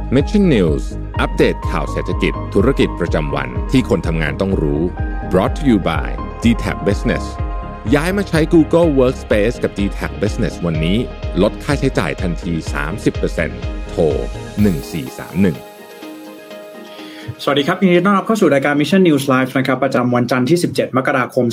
Mission News อัปเดตข่าวเศรษฐกิจธุรกิจประจำวันที่คนทำงานต้องรู้ brought to you by DTAC Business ย้ายมาใช้ Google Workspace กับ DTAC Business วันนี้ลดค่าใช้จ่ายทันที 30% โทร 1431 สวัสดีครับยินดีต้อนรับเข้าสู่รายการ Mission News Live นะครับประจำวันจันทร์ที่17มกราคม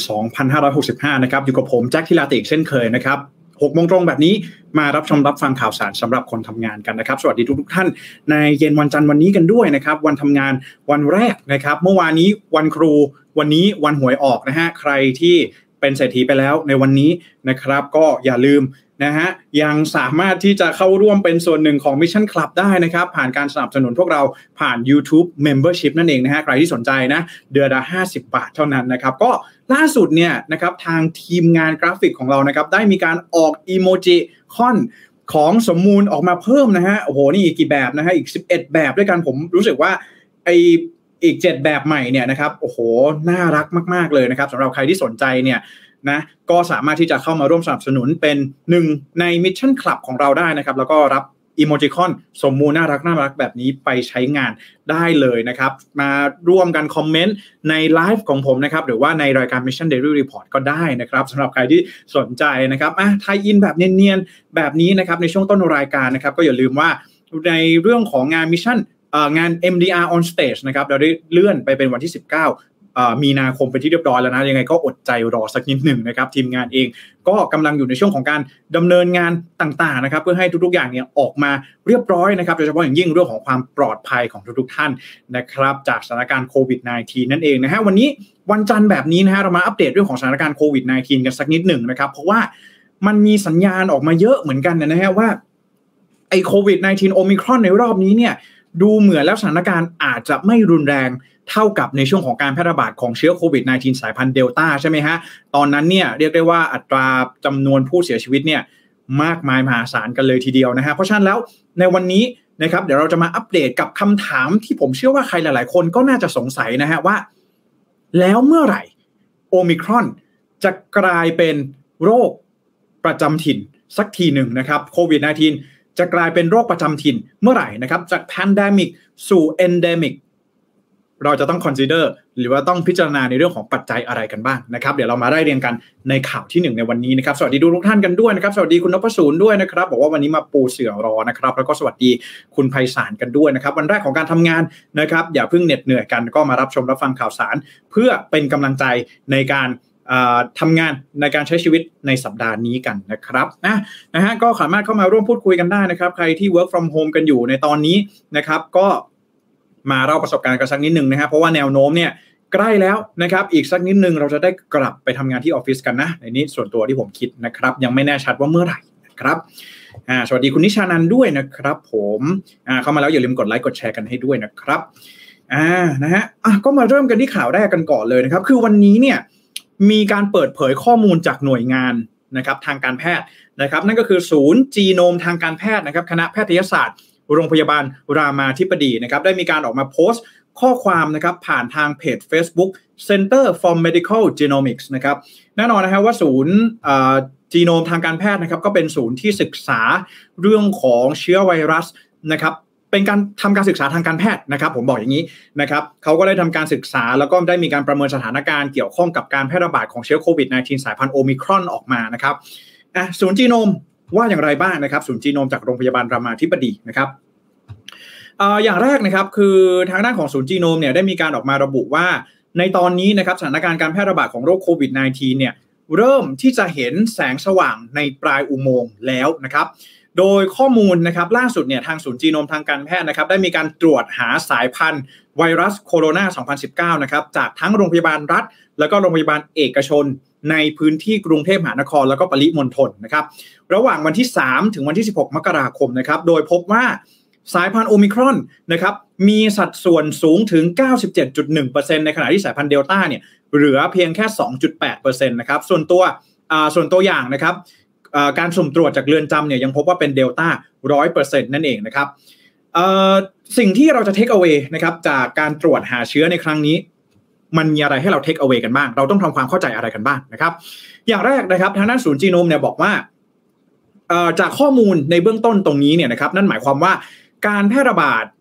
2565นะครับอยู่กับผมแจ็คทิลาติเช่นเคยนะครับ6 โมงตรงแบบนี้มารับชมรับฟังข่าวสารสำหรับคนทำงานกันนะครับสวัสดีทุกท่านในเย็นวันจันทร์วันนี้กันด้วยนะครับวันทำงานวันแรกนะครับเมื่อวานนี้วันครูวันนี้วันหวยออกนะฮะใครที่เป็นเศรษฐีไปแล้วในวันนี้นะครับก็อย่าลืมนะฮะยังสามารถที่จะเข้าร่วมเป็นส่วนหนึ่งของ Mission Club ได้นะครับผ่านการสนับสนุนพวกเราผ่าน YouTube Membership นั่นเองนะฮะใครที่สนใจนะเดือนละ50 บาทเท่านั้นนะครับก็ล่าสุดเนี่ยนะครับทางทีมงานกราฟิกของเรานะครับได้มีการออกอีโมจิคอนของสมมูลออกมาเพิ่มนะฮะโอ้โหนี่อีกกี่แบบนะฮะอีก11แบบด้วยกันผมรู้สึกว่าอีก7แบบใหม่เนี่ยนะครับโอ้โหน่ารักมากๆเลยนะครับสำหรับใครที่สนใจเนี่ยนะก็สามารถที่จะเข้ามาร่วมสนับสนุนเป็นหนึ่งใน Mission Club ของเราได้นะครับแล้วก็รับอีโมจิคอนสมมูลน่ารักแบบนี้ไปใช้งานได้เลยนะครับมาร่วมกันคอมเมนต์ในไลฟ์ของผมนะครับหรือว่าในรายการ Mission Daily Report ก็ได้นะครับสำหรับใครที่สนใจนะครับไทยอินแบบเนียนๆแบบนี้นะครับในช่วงต้นรายการนะครับก็อย่าลืมว่าในเรื่องของงาน Mission งาน MDR on Stage นะครับเราได้เลื่อนไปเป็นวันที่19มีนาคมเป็นที่เรียบร้อยแล้วนะยังไงก็อดใจรอสักนิดหนึ่งนะครับทีมงานเองก็กำลังอยู่ในช่วงของการดำเนินงานต่างๆนะครับเพื่อให้ทุกๆอย่างเนี่ยออกมาเรียบร้อยนะครับโดยเฉพาะอย่างยิ่งเรื่องของความปลอดภัยของทุกๆท่านนะครับจากสถานการณ์โควิด -19 นั่นเองนะฮะวันนี้วันจันทร์แบบนี้นะฮะเรามาอัปเดตเรื่องของสถานการณ์โควิด -19 กันสักนิดหนึ่งนะครับเพราะว่ามันมีสัญญาณออกมาเยอะเหมือนกันนะฮะว่าไอ้โควิด -19 โอมิครอนในรอบนี้เนี่ยดูเหมือนแล้วสถานการณ์อาจจะไม่รุนแรงเท่ากับในช่วงของการแพร่ระบาดของเชื้อโควิด -19 สายพันธุ์เดลต้าใช่ไหมฮะตอนนั้นเนี่ยเรียกได้ว่าอัตราจำนวนผู้เสียชีวิตเนี่ยมากมายมหาศาลกันเลยทีเดียวนะฮะเพราะฉะนั้นแล้วในวันนี้นะครับเดี๋ยวเราจะมาอัปเดตกับคำถามที่ผมเชื่อว่าใครหลายๆคนก็น่าจะสงสัยนะฮะว่าแล้วเมื่อไหร่โอมิครอนจะกลายเป็นโรคประจำถิ่นสักทีหนึ่งนะครับโควิด -19 จะกลายเป็นโรคประจำถิ่นเมื่อไหร่นะครับจาก pandemic สู่ endemicเราจะต้อง consider หรือว่าต้องพิจารณาในเรื่องของปัจจัยอะไรกันบ้างนะครับเดี๋ยวเรามาไล่เรียงกันในข่าวที่1ในวันนี้นะครับสวัสดีทุกท่านกันด้วยนะครับสวัสดีคุณนพสูรด้วยนะครับบอกว่าวันนี้มาปูเสื่อรอนะครับแล้วก็สวัสดีคุณไพศาลกันด้วยนะครับวันแรกของการทำงานนะครับอย่าเพิ่งเหน็ดเหนื่อยกันก็มารับชมรับฟังข่าวสารเพื่อเป็นกำลังใจในการทำงานในการใช้ชีวิตในสัปดาห์นี้กันนะครับนะฮะก็สามารถเข้ามาร่วมพูดคุยกันได้นะครับใครที่ work from home กันอยู่ในตอนนี้นะครับก็มาเล่าประสบการณ์กันสักนิดนึงนะครับเพราะว่าแนวโน้มเนี่ยใกล้แล้วนะครับอีกสักนิดนึงเราจะได้กลับไปทำงานที่ออฟฟิศกันนะในนี้ส่วนตัวที่ผมคิดนะครับยังไม่แน่ชัดว่าเมื่อไหร่นะครับสวัสดีคุณนิชานันท์ด้วยนะครับผมเข้ามาแล้วอย่าลืมกดไลค์กดแชร์กันให้ด้วยนะครับนะฮะก็มาเริ่มกันที่ข่าวแรกกันก่อนเลยนะครับคือวันนี้เนี่ยมีการเปิดเผยข้อมูลจากหน่วยงานนะครับทางการแพทย์นะครับนั่นก็คือศูนย์จีโนมทางการแพทย์นะครับคณะแพทยศาสตร์โรงพยาบาลรามาธิบดีนะครับได้มีการออกมาโพสต์ข้อความนะครับผ่านทางเพจ Facebook Center for Medical Genomics นะครับแน่นอนนะครับว่าศูนย์จีโนมทางการแพทย์นะครับก็เป็นศูนย์ที่ศึกษาเรื่องของเชื้อไวรัสนะครับเป็นการทำการศึกษาทางการแพทย์นะครับผมบอกอย่างนี้นะครับเขาก็ได้ทำการศึกษาแล้วก็ได้มีการประเมินสถานการณ์เกี่ยวข้องกับการแพร่ระบาดของเชื้อโควิด -19 สายพันธุ์โอมิครอนออกมานะครับศูนย์จีโนมว่าอย่างไรบ้างนะครับศูนย์จีโนมจากโรงพยาบาลรามาธิบดีนะครับอย่างแรกนะครับคือทางด้านของศูนย์จีโนมเนี่ยได้มีการออกมาระบุว่าในตอนนี้นะครับสถานการณ์การแพร่ระบาดของโรคโควิด -19 เนี่ยเริ่มที่จะเห็นแสงสว่างในปลายอุโมงค์แล้วนะครับโดยข้อมูลนะครับล่าสุดเนี่ยทางศูนย์จีโนมทางการแพทย์นะครับได้มีการตรวจหาสายพันธุ์ไวรัสโคโรนา 2019 นะครับจากทั้งโรงพยาบาลรัฐแล้วก็โรงพยาบาลเอกชนในพื้นที่กรุงเทพมหานครแล้วก็ปริมณฑลนะครับระหว่างวันที่3ถึงวันที่16มกราคมนะครับโดยพบว่าสายพันธุ์โอมิครอนนะครับมีสัดส่วนสูงถึง 97.1% ในขณะที่สายพันธุ์เดลต้าเนี่ยเหลือเพียงแค่ 2.8% นะครับส่วนตัวอย่างนะครับการสุ่มตรวจจากเรือนจำเนี่ยยังพบว่าเป็นเดลต้า 100% นั่นเองนะครับสิ่งที่เราจะเทคเอาไว้นะครับจากการตรวจหาเชื้อในครั้งนี้มันมีอะไรให้เราเทคเอาไว้กันบ้างเราต้องทำความเข้าใจอะไรกันบ้างนะครับอย่างแรกนะครับทางด้านศูนย์จีโนมเนี่ยบอกว่าจากข้อมูลในเบื้องต้นตรงนี้เนี่ยนะครับนั่นหมายความว่าการแพร่ระบาด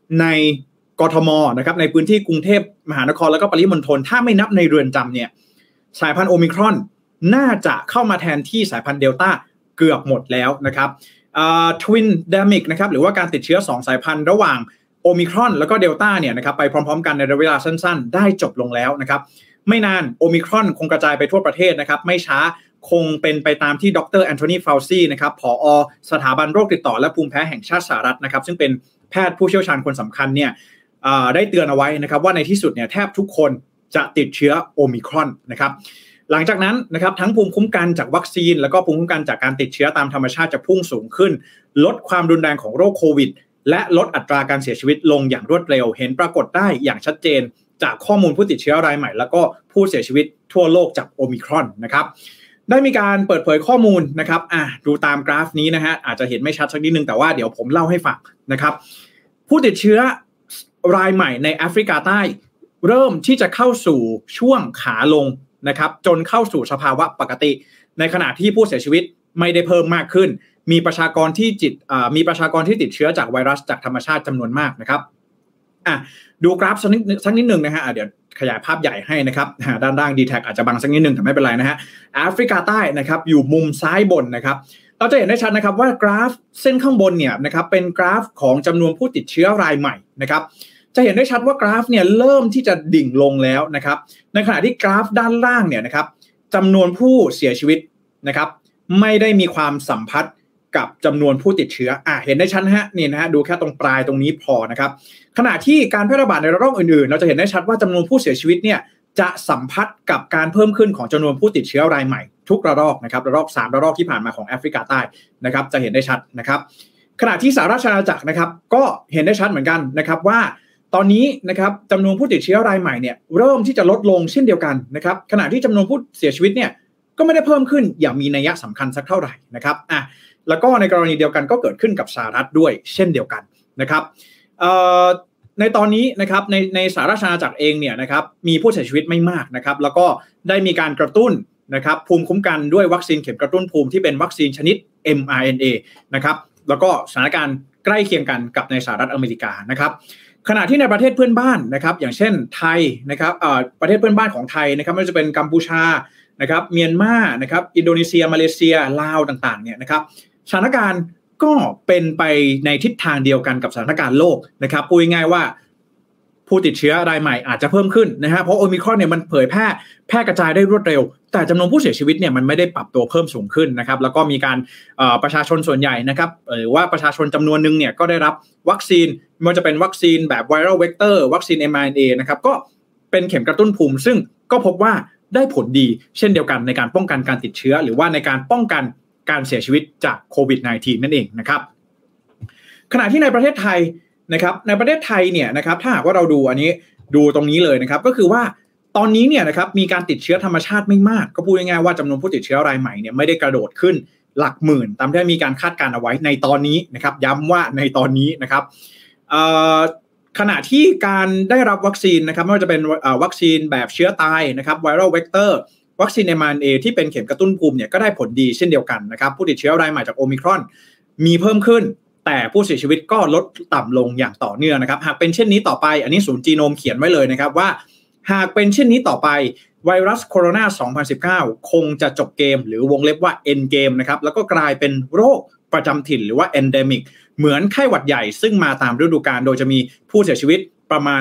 ในกทมนะครับในพื้นที่กรุงเทพมหานครแล้วก็ปริมณฑลถ้าไม่นับในเรือนจำเนี่ยสายพันธุ์โอมิครอนน่าจะเข้ามาแทนที่สายพันธุ์เดลต้าเกือบหมดแล้วนะครับทวินเดมิกนะครับหรือว่าการติดเชื้อ2สายพันธุ์ระหว่างโอมิครอนแล้วก็เดลต้าเนี่ยนะครับไปพร้อมๆกันในระยะเวลาสั้นๆได้จบลงแล้วนะครับไม่นานโอมิครอนคงกระจายไปทั่วประเทศนะครับไม่ช้าคงเป็นไปตามที่ดร.แอนโทนี ฟาวซีนะครับผอ.สถาบันโรคติดต่อและภูมิแพ้แห่งชาติสหรัฐนะครับซึ่งเป็นแพทย์ผู้เชี่ยวชาญคนสำคัญเนี่ยได้เตือนเอาไว้นะครับว่าในที่สุดเนี่ยแทบทุกคนจะติดเชื้อโอมิครอนนะครับหลังจากนั้นนะครับทั้งภูมิคุ้มกันจากวัคซีนแล้วก็ภูมิคุ้มกันจากการติดเชื้อตามธรรมชาติจะพุ่งสูงขึ้นลดความรุนแรงของโรคโควิดและลดอัตราการเสียชีวิตลงอย่างรวดเร็วเห็นปรากฏได้อย่างชัดเจนจากข้อมูลผู้ติดเชื้อรายใหม่แล้วก็ผู้เสียชีวิตทั่วโลกจากโอมิครอนนะครับได้มีการเปิดเผยข้อมูลนะครับดูตามกราฟนี้นะฮะอาจจะเห็นไม่ชัดสักนิดนึงแต่ว่าเดี๋ยวผมเล่าให้ฟังนะครับผู้ติดเชื้อรายใหม่ในแอฟริกาใต้เริ่มที่จะเข้าสู่ช่วงขาลงนะครับจนเข้าสู่สภาวะปกติในขณะที่ผู้เสียชีวิตไม่ได้เพิ่มมากขึ้นมีประชากรที่ติดเชื้อจากไวรัสจากธรรมชาติจำนวนมากนะครับดูกราฟสักนิดนึงนะฮะเดี๋ยวขยายภาพใหญ่ให้นะครับด้านล่าง D-Tag อาจจะบังสักนิดนึงแต่ไม่เป็นไรนะฮะแอฟริกาใต้นะครับอยู่มุมซ้ายบนนะครับเราจะเห็นได้ชัดนะครับว่ากราฟเส้นข้างบนเนี่ยนะครับเป็นกราฟของจำนวนผู้ติดเชื้อรายใหม่นะครับจะเห็นได้ชัดว่ากราฟเนี่ยเริ่มที่จะดิ่งลงแล้วนะครับในขณะที่กราฟด้านล่างเนี่ยนะครับจำนวนผู้เสียชีวิตนะครับไม่ได้มีความสัมพัทธ์กับจำนวนผู้ติดเชื้อเห็นได้ชัดฮะนี่นะฮะดูแค่ตรงปลายตรงนี้พอนะครับขณะที่การแพร่ระบาดในระลอกอื่นๆเราจะเห็นได้ชัดว่าจำนวนผู้เสียชีวิตเนี่ยจะสัมพัทธ์กับการเพิ่มขึ้นของจำนวนผู้ติดเชื้อรายใหม่ทุกระลอกนะครับระลอก3ระลอกที่ผ่านมาของแอฟริกาใต้นะครับจะเห็นได้ชัดนะครับขณะที่สหราชอาณาจักรนะครับก็เห็นได้ชัดเหมือนกันนะครับว่าตอนนี้นะครับจำนวนผู้ติดเชื้อรายใหม่เนี่ยเริ่มที่จะลดลงเช่นเดียวกันนะครับขณะที่จำนวนผู้เสียชีวิตเนี่ยก็ไม่ได้เพิ่มขึ้นอย่างมีนัยสำคัญสักเท่าไหร่นะครับแล้วก็ในกรณีเดียวกันก็เกิดขึ้นกับสหรัฐด้วยเช่นเดียวกันนะครับในตอนนี้นะครับในสหราชอาณาจักรเองเนี่ยนะครับมีผู้เสียชีวิตไม่มากนะครับแล้วก็ได้มีการกระตุ้นนะครับภูมิคุ้มกันด้วยวัคซีนเข็มกระตุ้นภูมิที่เป็นวัคซีนชนิด mRNA นะครับแล้วก็สถานการณ์ใกล้เคียงกันกับในสหรัฐอเมริกานะครับขณะที่ในประเทศเพื่อนบ้านนะครับอย่างเช่นไทยนะครับประเทศเพื่อนบ้านของไทยนะครับไม่ว่าจะเป็นกัมพูชานะครับเมียนมานะครับอินโดนีเซียมาเลเซียลาวต่างๆเนี่ยนะครับสถานการณ์ก็เป็นไปในทิศทางเดียวกันกับสถานการณ์โลกนะครับพูดง่ายๆว่าผู้ติดเชื้อรายใหม่อาจจะเพิ่มขึ้นนะฮะเพราะโอมิครอนเนี่ยมันเผยแพร่กระจายได้รวดเร็วแต่จำนวนผู้เสียชีวิตเนี่ยมันไม่ได้ปรับตัวเพิ่มสูงขึ้นนะครับแล้วก็มีการประชาชนส่วนใหญ่นะครับหรือว่าประชาชนจำนวนนึงเนี่ยก็ได้รับวัคซีนไม่ว่าจะเป็นวัคซีนแบบไวรัลเวกเตอร์วัคซีน mRNA นะครับก็เป็นเข็มกระตุ้นภูมิซึ่งก็พบว่าได้ผลดีเช่นเดียวกันในการป้องกันการติดเชื้อหรือว่าในการป้องกันการเสียชีวิตจากโควิด -19 นั่นเองนะครับขณะที่ในประเทศไทยนะครับในประเทศไทยเนี่ยนะครับถ้าหากว่าเราดูอันนี้ดูตรงนี้เลยนะครับก็คือว่าตอนนี้เนี่ยนะครับมีการติดเชื้อธรรมชาติไม่มากก็พูดง่ายๆว่าจำนวนผู้ติดเชื้อรายใหม่เนี่ยไม่ได้กระโดดขึ้นหลักหมื่นตามที่มีการคาดการณ์เอาไว้ในตอนนี้นะครับย้ำว่าในตอนนี้นะครับขณะที่การได้รับวัคซีนนะครับไม่ว่าจะเป็นวัคซีนแบบเชื้อตายนะครับไวรัลเวกเตอร์วัคซีน mRNA ที่เป็นเข็มกระตุ้นภูมิเนี่ยก็ได้ผลดีเช่นเดียวกันนะครับผู้ติดเชื้อรายใหม่จากโอมิครอนมีเพิ่มขึ้นแต่ผู้เสียชีวิตก็ลดต่ำลงอย่างต่อเนื่องนะครับหากเป็นเช่นนี้ต่อไปอันนี้ศูนย์จีโนมเขียนไว้เลยนะครับว่าหากเป็นเช่นนี้ต่อไปไวรัสโคโรนา2019คงจะจบเกมหรือวงเล็บว่า end game นะครับแล้วก็กลายเป็นโรคประจำถิ่นหรือว่า endemic เหมือนไข้หวัดใหญ่ซึ่งมาตามฤดูกาลโดยจะมีผู้เสียชีวิตประมาณ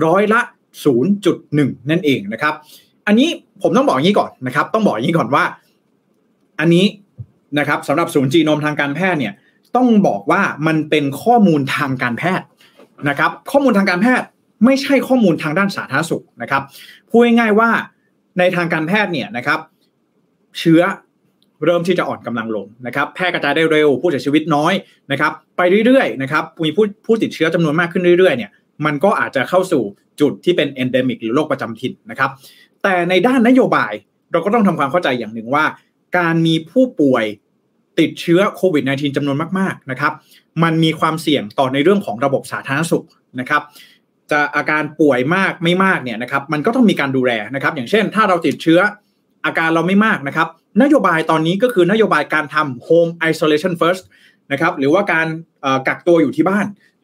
0.1%นั่นเองนะครับอันนี้ผมต้องบอกอย่างนี้ก่อนนะครับต้องบอกอย่างนี้ก่อนว่าอันนี้นะครับสำหรับศูนย์จีโนมทางการแพทย์เนี่ยต้องบอกว่ามันเป็นข้อมูลทางการแพทย์นะครับข้อมูลทางการแพทย์ไม่ใช่ข้อมูลทางด้านสาธารณสุขนะครับพูดง่ายๆว่าในทางการแพทย์เนี่ยนะครับเชื้อเริ่มที่จะอ่อนกำลังลงนะครับแพร่กระจายได้เร็วผู้เสียชีวิตน้อยนะครับไปเรื่อยๆนะครับมีผู้ติดเชื้อจำนวนมากขึ้นเรื่อยๆเนี่ยมันก็อาจจะเข้าสู่จุดที่เป็น endemic หรือโรคประจำถิ่นนะครับแต่ในด้านนโยบายเราก็ต้องทำความเข้าใจอย่างหนึ่งว่าการมีผู้ป่วยติดเชื้อโควิด -19 จำนวนมากๆนะครับมันมีความเสี่ยงต่อในเรื่องของระบบสาธารณสุขนะครับจะอาการป่วยมากไม่มากเนี่ยนะครับมันก็ต้องมีการดูแลนะครับอย่างเช่นถ้าเราติดเชื้ออาการเราไม่มากนะครับนโยบายตอนนี้ก็คือนโยบายการทำ home isolation first นะครับหรือว่าการกักตัวอยู่ที่บ้าน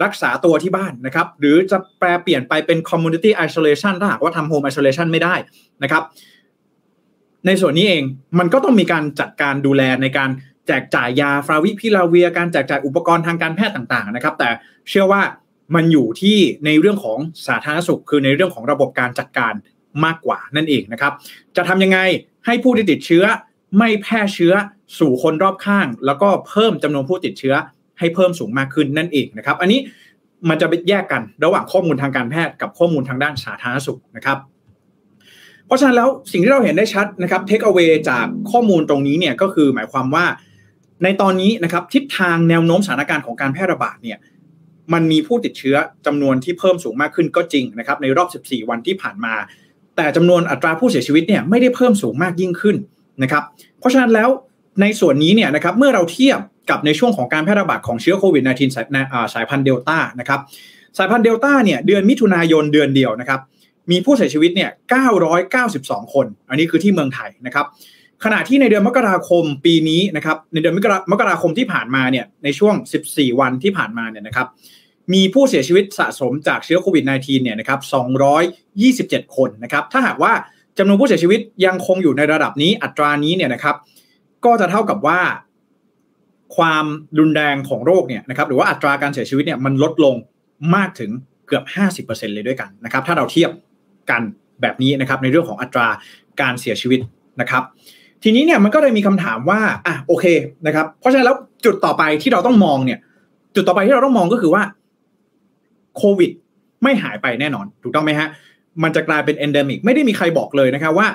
รักษาตัวที่บ้านนะครับหรือจะแปลเปลี่ยนไปเป็น community isolation ถ้าหากว่าทำ home isolation ไม่ได้นะครับในส่วนนี้เองมันก็ต้องมีการจัดการดูแลในการแจกจ่ายยาฟาวิพิลาเวียการแจกจ่ายอุปกรณ์ทางการแพทย์ต่างๆนะครับแต่เชื่อว่ามันอยู่ที่ในเรื่องของสาธารณสุขคือในเรื่องของระบบการจัดการมากกว่านั่นเองนะครับจะทำยังไงให้ผู้ที่ติดเชื้อไม่แพร่เชื้อสู่คนรอบข้างแล้วก็เพิ่มจำนวนผู้ติดเชื้อให้เพิ่มสูงมากขึ้นนั่นเองนะครับอันนี้มันจะแยกกันระหว่างข้อมูลทางการแพทย์กับข้อมูลทางด้านสาธารณสุขนะครับเพราะฉะนั้นแล้วสิ่งที่เราเห็นได้ชัดนะครับ take away จากข้อมูลตรงนี้เนี่ยก็คือหมายความว่าในตอนนี้นะครับทิศทางแนวโน้มสถานการณ์ของการแพร่ระบาดเนี่ยมันมีผู้ติดเชื้อจำนวนที่เพิ่มสูงมากขึ้นก็จริงนะครับในรอบ14วันที่ผ่านมาแต่จำนวนอัตราผู้เสียชีวิตเนี่ยไม่ได้เพิ่มสูงมากยิ่งขึ้นนะครับเพราะฉะนั้นแล้วในส่วนนี้เนี่ยนะครับเมื่อเราเทียบกับในช่วงของการแพร่ระบาดของเชื้อโควิด -19 สายพันธุ์เดลต้านะครับสายพันธุ์เดลต้าเนี่ยเดือนมิถุนายนเดือนเดียวนะครับมีผู้เสียชีวิตเนี่ย992คนอันนี้คือที่เมืองไทยนะครับขณะที่ในเดือนมกราคมปีนี้นะครับในเดือนมกราคมที่ผ่านมาเนี่ยในช่วง14วันที่ผ่านมาเนี่ยนะครับมีผู้เสียชีวิตสะสมจากเชื้อโควิด -19 เนี่ยนะครับ227คนนะครับถ้าหากว่าจำนวนผู้เสียชีวิตยังคงอยู่ในระดับนี้อัตรานี้เนี่ยนะครับก็จะเท่ากับว่าความรุนแรงของโรคเนี่ยนะครับหรือว่าอัตราการเสียชีวิตเนี่ยมันลดลงมากถึงเกือบ 50% เลยด้วยกันนะครับถ้าเราเทียบกันแบบนี้นะครับในเรื่องของอัตราการเสียชีวิตนะครับทีนี้เนี่ยมันก็เลยมีคำถามว่าโอเคนะครับเพราะฉะนั้นแล้วจุดต่อไปที่เราต้องมองเนี่ยจุดต่อไปที่เราต้องมองก็คือว่าโควิดไม่หายไปแน่นอนถูกต้องไหมฮะมันจะกลายเป็น endemic ไม่ได้มีใครบอกเลยนะครับว่า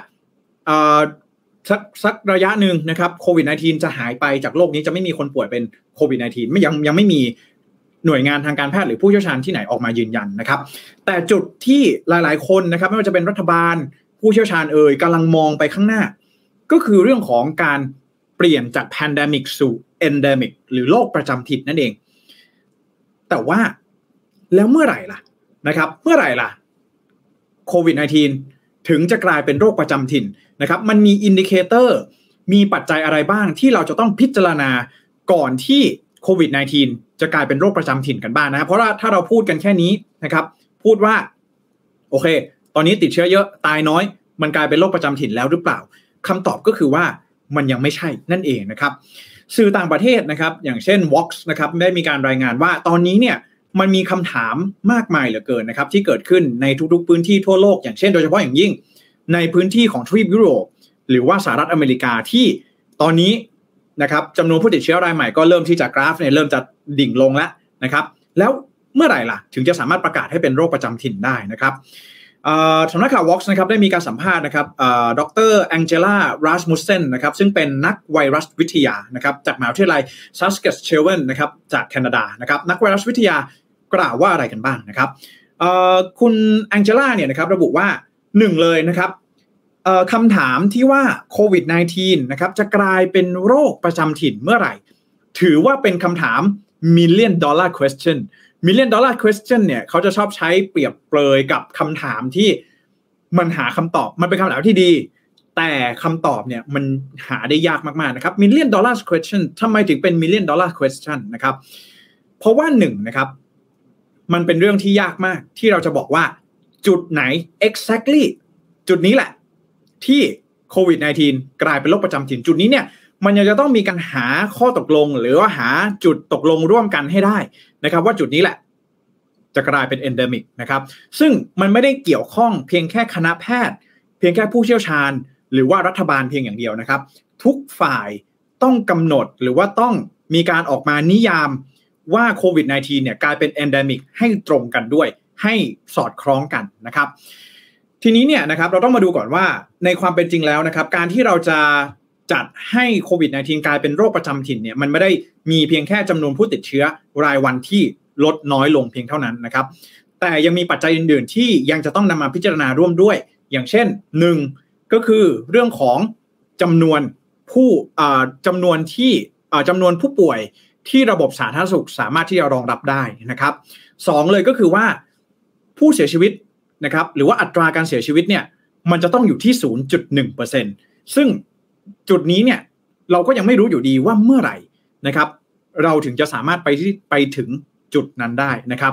สักระยะหนึ่งนะครับโควิด -19 จะหายไปจากโลกนี้จะไม่มีคนป่วยเป็นโควิด -19 ยังไม่มีหน่วยงานทางการแพทย์หรือผู้เชี่ยวชาญที่ไหนออกมายืนยันนะครับแต่จุดที่หลายๆคนนะครับไม่ว่าจะเป็นรัฐบาลผู้เชี่ยวชาญกำลังมองไปข้างหน้าก็คือเรื่องของการเปลี่ยนจาก pandemic สู่ endemic หรือโรคประจำถิ่นนั่นเองแต่ว่าแล้วเมื่อไหร่ล่ะนะครับเมื่อไหร่ล่ะโควิด -19 ถึงจะกลายเป็นโรคประจำถิ่นนะครับมันมีอินดิเคเตอร์มีปัจจัยอะไรบ้างที่เราจะต้องพิจารณาก่อนที่โควิด -19 จะกลายเป็นโรคประจำถิ่นกันบ้างนะครับเพราะว่าถ้าเราพูดกันแค่นี้นะครับพูดว่าโอเคตอนนี้ติดเชื้อเยอะตายน้อยมันกลายเป็นโรคประจำถิ่นแล้วหรือเปล่าคำตอบก็คือว่ามันยังไม่ใช่นั่นเองนะครับสื่อต่างประเทศนะครับอย่างเช่น Vox นะครับได้มีการรายงานว่าตอนนี้เนี่ยมันมีคำถามมากมายเหลือเกินนะครับที่เกิดขึ้นในทุกๆพื้นที่ทั่วโลกอย่างเช่นโดยเฉพาะอย่างยิ่งในพื้นที่ของทวีปยุโรปหรือว่าสหรัฐอเมริกาที่ตอนนี้นะครับจำนวนผู้ติดเชื้อรายใหม่ก็เริ่มที่จะกราฟเนี่ยเริ่มจะดิ่งลงแล้วนะครับแล้วเมื่อไหร่ล่ะถึงจะสามารถประกาศให้เป็นโรคประจำถิ่นได้นะครับสำนักข่าว Vox นะครับได้มีการสัมภาษณ์นะครับดร. แองเจล่า ราสมุสเซนนะครับซึ่งเป็นนักไวรัสวิทยานะครับจากมหาวิทยาลัยซัสแกชเชเวนนะครับจากแคนาดานะครับนักไวรัสวิทยากล่าวว่าอะไรกันบ้างนะครับคุณแองเจล่าเนี่ยนะครับระบุว่า1เลยนะครับคำถามที่ว่าโควิด -19 นะครับจะกลายเป็นโรคประจำถิ่นเมื่อไหร่ถือว่าเป็นคำถาม million dollar question million dollar question เนี่ยเขาจะชอบใช้เปรียบเปรยกับคำถามที่มันหาคำตอบมันเป็นคำถามที่ดีแต่คำตอบเนี่ยมันหาได้ยากมากๆนะครับ million dollar question ทำไมถึงเป็น million dollar question นะครับเพราะว่า1นะครับมันเป็นเรื่องที่ยากมากที่เราจะบอกว่าจุดไหน exactly จุดนี้แหละที่โควิด -19 กลายเป็นโรคประจำถิ่นจุดนี้เนี่ยมันยังจะต้องมีการหาข้อตกลงหรือว่าหาจุดตกลงร่วมกันให้ได้นะครับว่าจุดนี้แหละจะกลายเป็น endemic นะครับซึ่งมันไม่ได้เกี่ยวข้องเพียงแค่คณะแพทย์เพียงแค่ผู้เชี่ยวชาญหรือว่ารัฐบาลเพียงอย่างเดียวนะครับทุกฝ่ายต้องกำหนดหรือว่าต้องมีการออกมานิยามว่าโควิด -19 เนี่ยกลายเป็น endemic ให้ตรงกันด้วยให้สอดคล้องกันนะครับทีนี้เนี่ยนะครับเราต้องมาดูก่อนว่าในความเป็นจริงแล้วนะครับการที่เราจะจัดให้โควิด -19 กลายเป็นโรคประจำถิ่นเนี่ยมันไม่ได้มีเพียงแค่จำนวนผู้ติดเชื้อรายวันที่ลดน้อยลงเพียงเท่านั้นนะครับแต่ยังมีปัจจัยอื่นๆที่ยังจะต้องนำมาพิจารณาร่วมด้วยอย่างเช่น1ก็คือเรื่องของจำนวนผู้ป่วยที่ระบบสาธารณสุขสามารถที่จะรองรับได้นะครับ2เลยก็คือว่าผู้เสียชีวิตนะครับหรือว่าอัตราการเสียชีวิตเนี่ยมันจะต้องอยู่ที่ 0.1% ซึ่งจุดนี้เนี่ยเราก็ยังไม่รู้อยู่ดีว่าเมื่อไหร่นะครับเราถึงจะสามารถไปถึงจุดนั้นได้นะครับ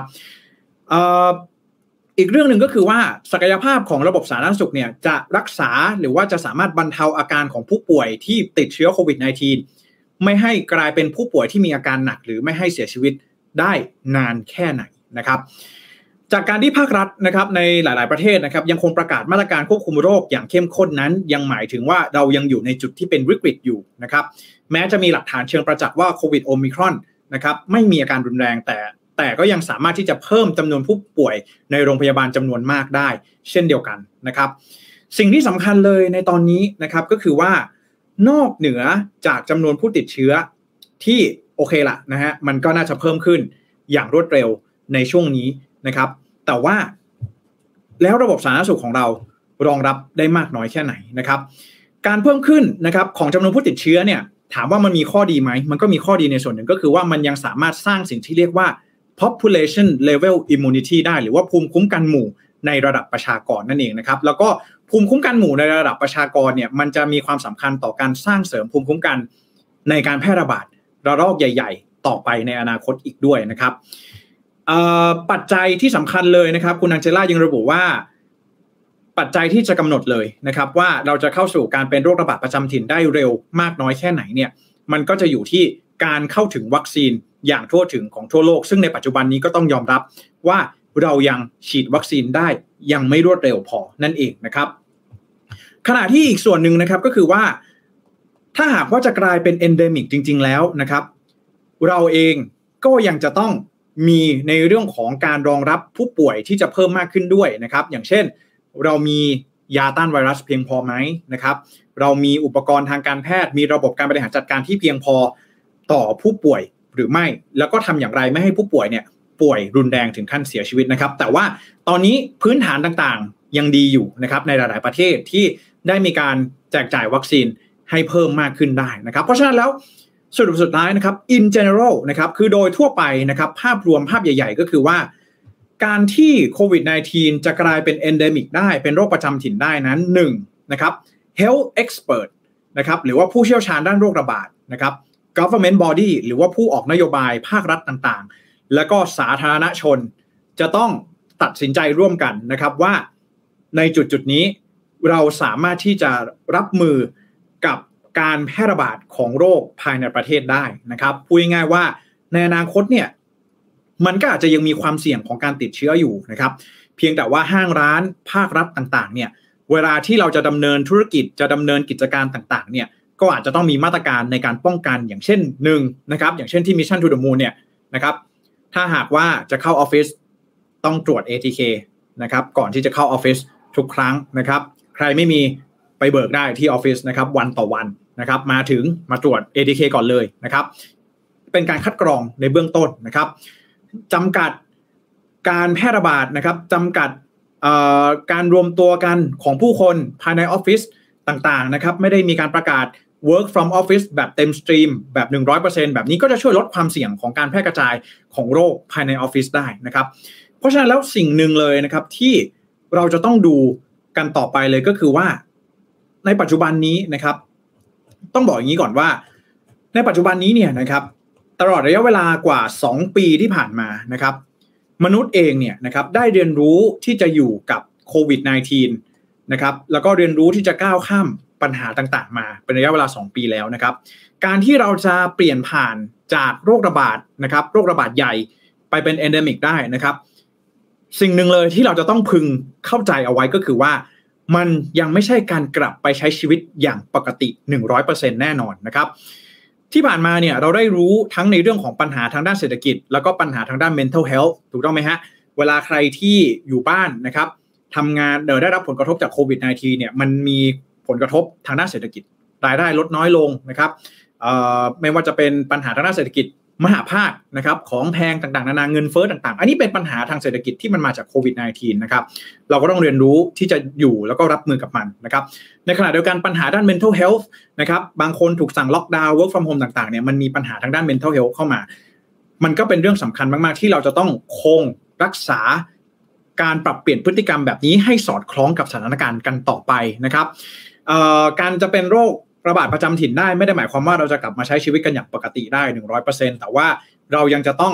อีกเรื่องหนึ่งก็คือว่าศักยภาพของระบบสาธารณสุขเนี่ยจะรักษาหรือว่าจะสามารถบรรเทาอาการของผู้ป่วยที่ติดเชื้อโควิด -19 ไม่ให้กลายเป็นผู้ป่วยที่มีอาการหนักหรือไม่ให้เสียชีวิตได้นานแค่ไหนนะครับจากการที่ภาครัฐนะครับในหลายๆประเทศนะครับยังคงประกาศมาตรการควบคุมโรคอย่างเข้มข้นนั้นยังหมายถึงว่าเรายังอยู่ในจุดที่เป็นวิกฤตอยู่นะครับแม้จะมีหลักฐานเชิงประจักษ์ว่าโควิดโอมิครอนนะครับไม่มีอาการรุนแรงแต่ก็ยังสามารถที่จะเพิ่มจำนวนผู้ป่วยในโรงพยาบาลจำนวนมากได้เช่นเดียวกันนะครับสิ่งที่สำคัญเลยในตอนนี้นะครับก็คือว่านอกเหนือจากจำนวนผู้ติดเชื้อที่โอเคละนะฮะมันก็น่าจะเพิ่มขึ้นอย่างรวดเร็วในช่วงนี้นะครับแต่ว่าแล้วระบบสาธารณสุขของเรารองรับได้มากน้อยแค่ไหนนะครับการเพิ่มขึ้นนะครับของจำนวนผู้ติดเชื้อเนี่ยถามว่ามันมีข้อดีไหมมันก็มีข้อดีในส่วนหนึ่งก็คือว่ามันยังสามารถสร้างสิ่งที่เรียกว่า population level immunity ได้หรือว่าภูมิคุ้มกันหมู่ในระดับประชากรนั่นเองนะครับแล้วก็ภูมิคุ้มกันหมู่ในระดับประชากรเนี่ยมันจะมีความสำคัญต่อการสร้างเสริมภูมิคุ้มกันในการแพร่ระบาดระลอกใหญ่ๆต่อไปในอนาคตอีกด้วยนะครับปัจจัยที่สำคัญเลยนะครับคุณอังเจล่ายังระบุว่าปัจจัยที่จะกำหนดเลยนะครับว่าเราจะเข้าสู่การเป็นโรคระบาดประจำถิ่นได้เร็วมากน้อยแค่ไหนเนี่ยมันก็จะอยู่ที่การเข้าถึงวัคซีนอย่างทั่วถึงของทั่วโลกซึ่งในปัจจุบันนี้ก็ต้องยอมรับว่าเรายังฉีดวัคซีนได้ยังไม่รวดเร็วพอนั่นเองนะครับขณะที่อีกส่วนหนึ่งนะครับก็คือว่าถ้าหากว่าจะกลายเป็น endemic จริงๆแล้วนะครับเราเองก็ยังจะต้องมีในเรื่องของการรองรับผู้ป่วยที่จะเพิ่มมากขึ้นด้วยนะครับอย่างเช่นเรามียาต้านไวรัสเพียงพอไหมนะครับเรามีอุปกรณ์ทางการแพทย์มีระบบการบริหารจัดการที่เพียงพอต่อผู้ป่วยหรือไม่แล้วก็ทำอย่างไรไม่ให้ผู้ป่วยเนี่ยป่วยรุนแรงถึงขั้นเสียชีวิตนะครับแต่ว่าตอนนี้พื้นฐานต่างๆยังดีอยู่นะครับในหลายๆประเทศที่ได้มีการแจกจ่ายวัคซีนให้เพิ่มมากขึ้นได้นะครับเพราะฉะนั้นแล้วสรุปสุดท้ายนะครับ in general นะครับคือโดยทั่วไปนะครับภาพรวมภาพใหญ่ๆก็คือว่าการที่โควิด -19 จะกลายเป็น endemic ได้เป็นโรคประจำถิ่นได้นั้น1นะครับ health expert นะครับหรือว่าผู้เชี่ยวชาญด้านโรคระบาดนะครับ government body หรือว่าผู้ออกนโยบายภาครัฐต่างๆแล้วก็สาธารณชนจะต้องตัดสินใจร่วมกันนะครับว่าในจุดๆนี้เราสามารถที่จะรับมือกับการแพร่ระบาดของโรคภายในประเทศได้นะครับพูดง่ายๆว่าในอนาคตเนี่ยมันก็อาจจะยังมีความเสี่ยงของการติดเชื้ออยู่นะครับเพียงแต่ว่าห้างร้านภาครัฐต่างๆเนี่ยเวลาที่เราจะดำเนินธุรกิจจะดำเนินกิจการต่างๆเนี่ยก็อาจจะต้องมีมาตรการในการป้องกันอย่างเช่น1นะครับอย่างเช่นที่ Mission to the Moon เนี่ยนะครับถ้าหากว่าจะเข้าออฟฟิศต้องตรวจ ATK นะครับก่อนที่จะเข้าออฟฟิศทุกครั้งนะครับใครไม่มีไปเบิกได้ที่ออฟฟิศนะครับวันต่อวันนะครับมาถึงมาตรวจ ATK ก่อนเลยนะครับเป็นการคัดกรองในเบื้องต้นนะครับจำกัดการแพร่ระบาดนะครับจำกัดการรวมตัวกันของผู้คนภายในออฟฟิศต่างๆนะครับไม่ได้มีการประกาศ work from office แบบเต็มสตรีมแบบ 100% แบบนี้ก็จะช่วยลดความเสี่ยงของการแพร่กระจายของโรคภายในออฟฟิศได้นะครับเพราะฉะนั้นแล้วสิ่งหนึ่งเลยนะครับที่เราจะต้องดูกันต่อไปเลยก็คือว่าในปัจจุบันนี้นะครับต้องบอกอย่างนี้ก่อนว่าในปัจจุบันนี้เนี่ยนะครับตลอดระยะเวลากว่า2ปีที่ผ่านมานะครับมนุษย์เองเนี่ยนะครับได้เรียนรู้ที่จะอยู่กับโควิด -19 นะครับแล้วก็เรียนรู้ที่จะก้าวข้ามปัญหาต่างๆมาเป็นระยะเวลา2ปีแล้วนะครับการที่เราจะเปลี่ยนผ่านจากโรคระบาดนะครับโรคระบาดใหญ่ไปเป็น endemic ได้นะครับสิ่งหนึ่งเลยที่เราจะต้องพึงเข้าใจเอาไว้ก็คือว่ามันยังไม่ใช่การกลับไปใช้ชีวิตอย่างปกติ 100% แน่นอนนะครับที่ผ่านมาเนี่ยเราได้รู้ทั้งในเรื่องของปัญหาทางด้านเศรษฐกิจแล้วก็ปัญหาทางด้าน mental health ถูกต้องไหมฮะเวลาใครที่อยู่บ้านนะครับทำงานได้รับผลกระทบจากโควิด -19 เนี่ยมันมีผลกระทบทางด้านเศรษฐกิจรายได้ลดน้อยลงนะครับไม่ว่าจะเป็นปัญหาทางด้านเศรษฐกิจมหาภาคนะครับของแพงต่างๆนานาเงินเฟ้อต่างๆอันนี้เป็นปัญหาทางเศรษฐกิจที่มันมาจากโควิด -19 นะครับเราก็ต้องเรียนรู้ที่จะอยู่แล้วก็รับมือกับมันนะครับในขณะเดียวกันปัญหาด้าน mental health นะครับบางคนถูกสั่งล็อกดาวน์ work from home ต่างๆเนี่ยมันมีปัญหาทางด้าน mental health เข้ามามันก็เป็นเรื่องสำคัญมากๆที่เราจะต้องคงรักษาการปรับเปลี่ยนพฤติกรรมแบบนี้ให้สอดคล้องกับสถานการณ์กันต่อไปนะครับการจะเป็นโรคระบาดประจำถิ่นได้ไม่ได้หมายความว่าเราจะกลับมาใช้ชีวิตกันอย่างปกติได้ 100% แต่ว่าเรายังจะต้อง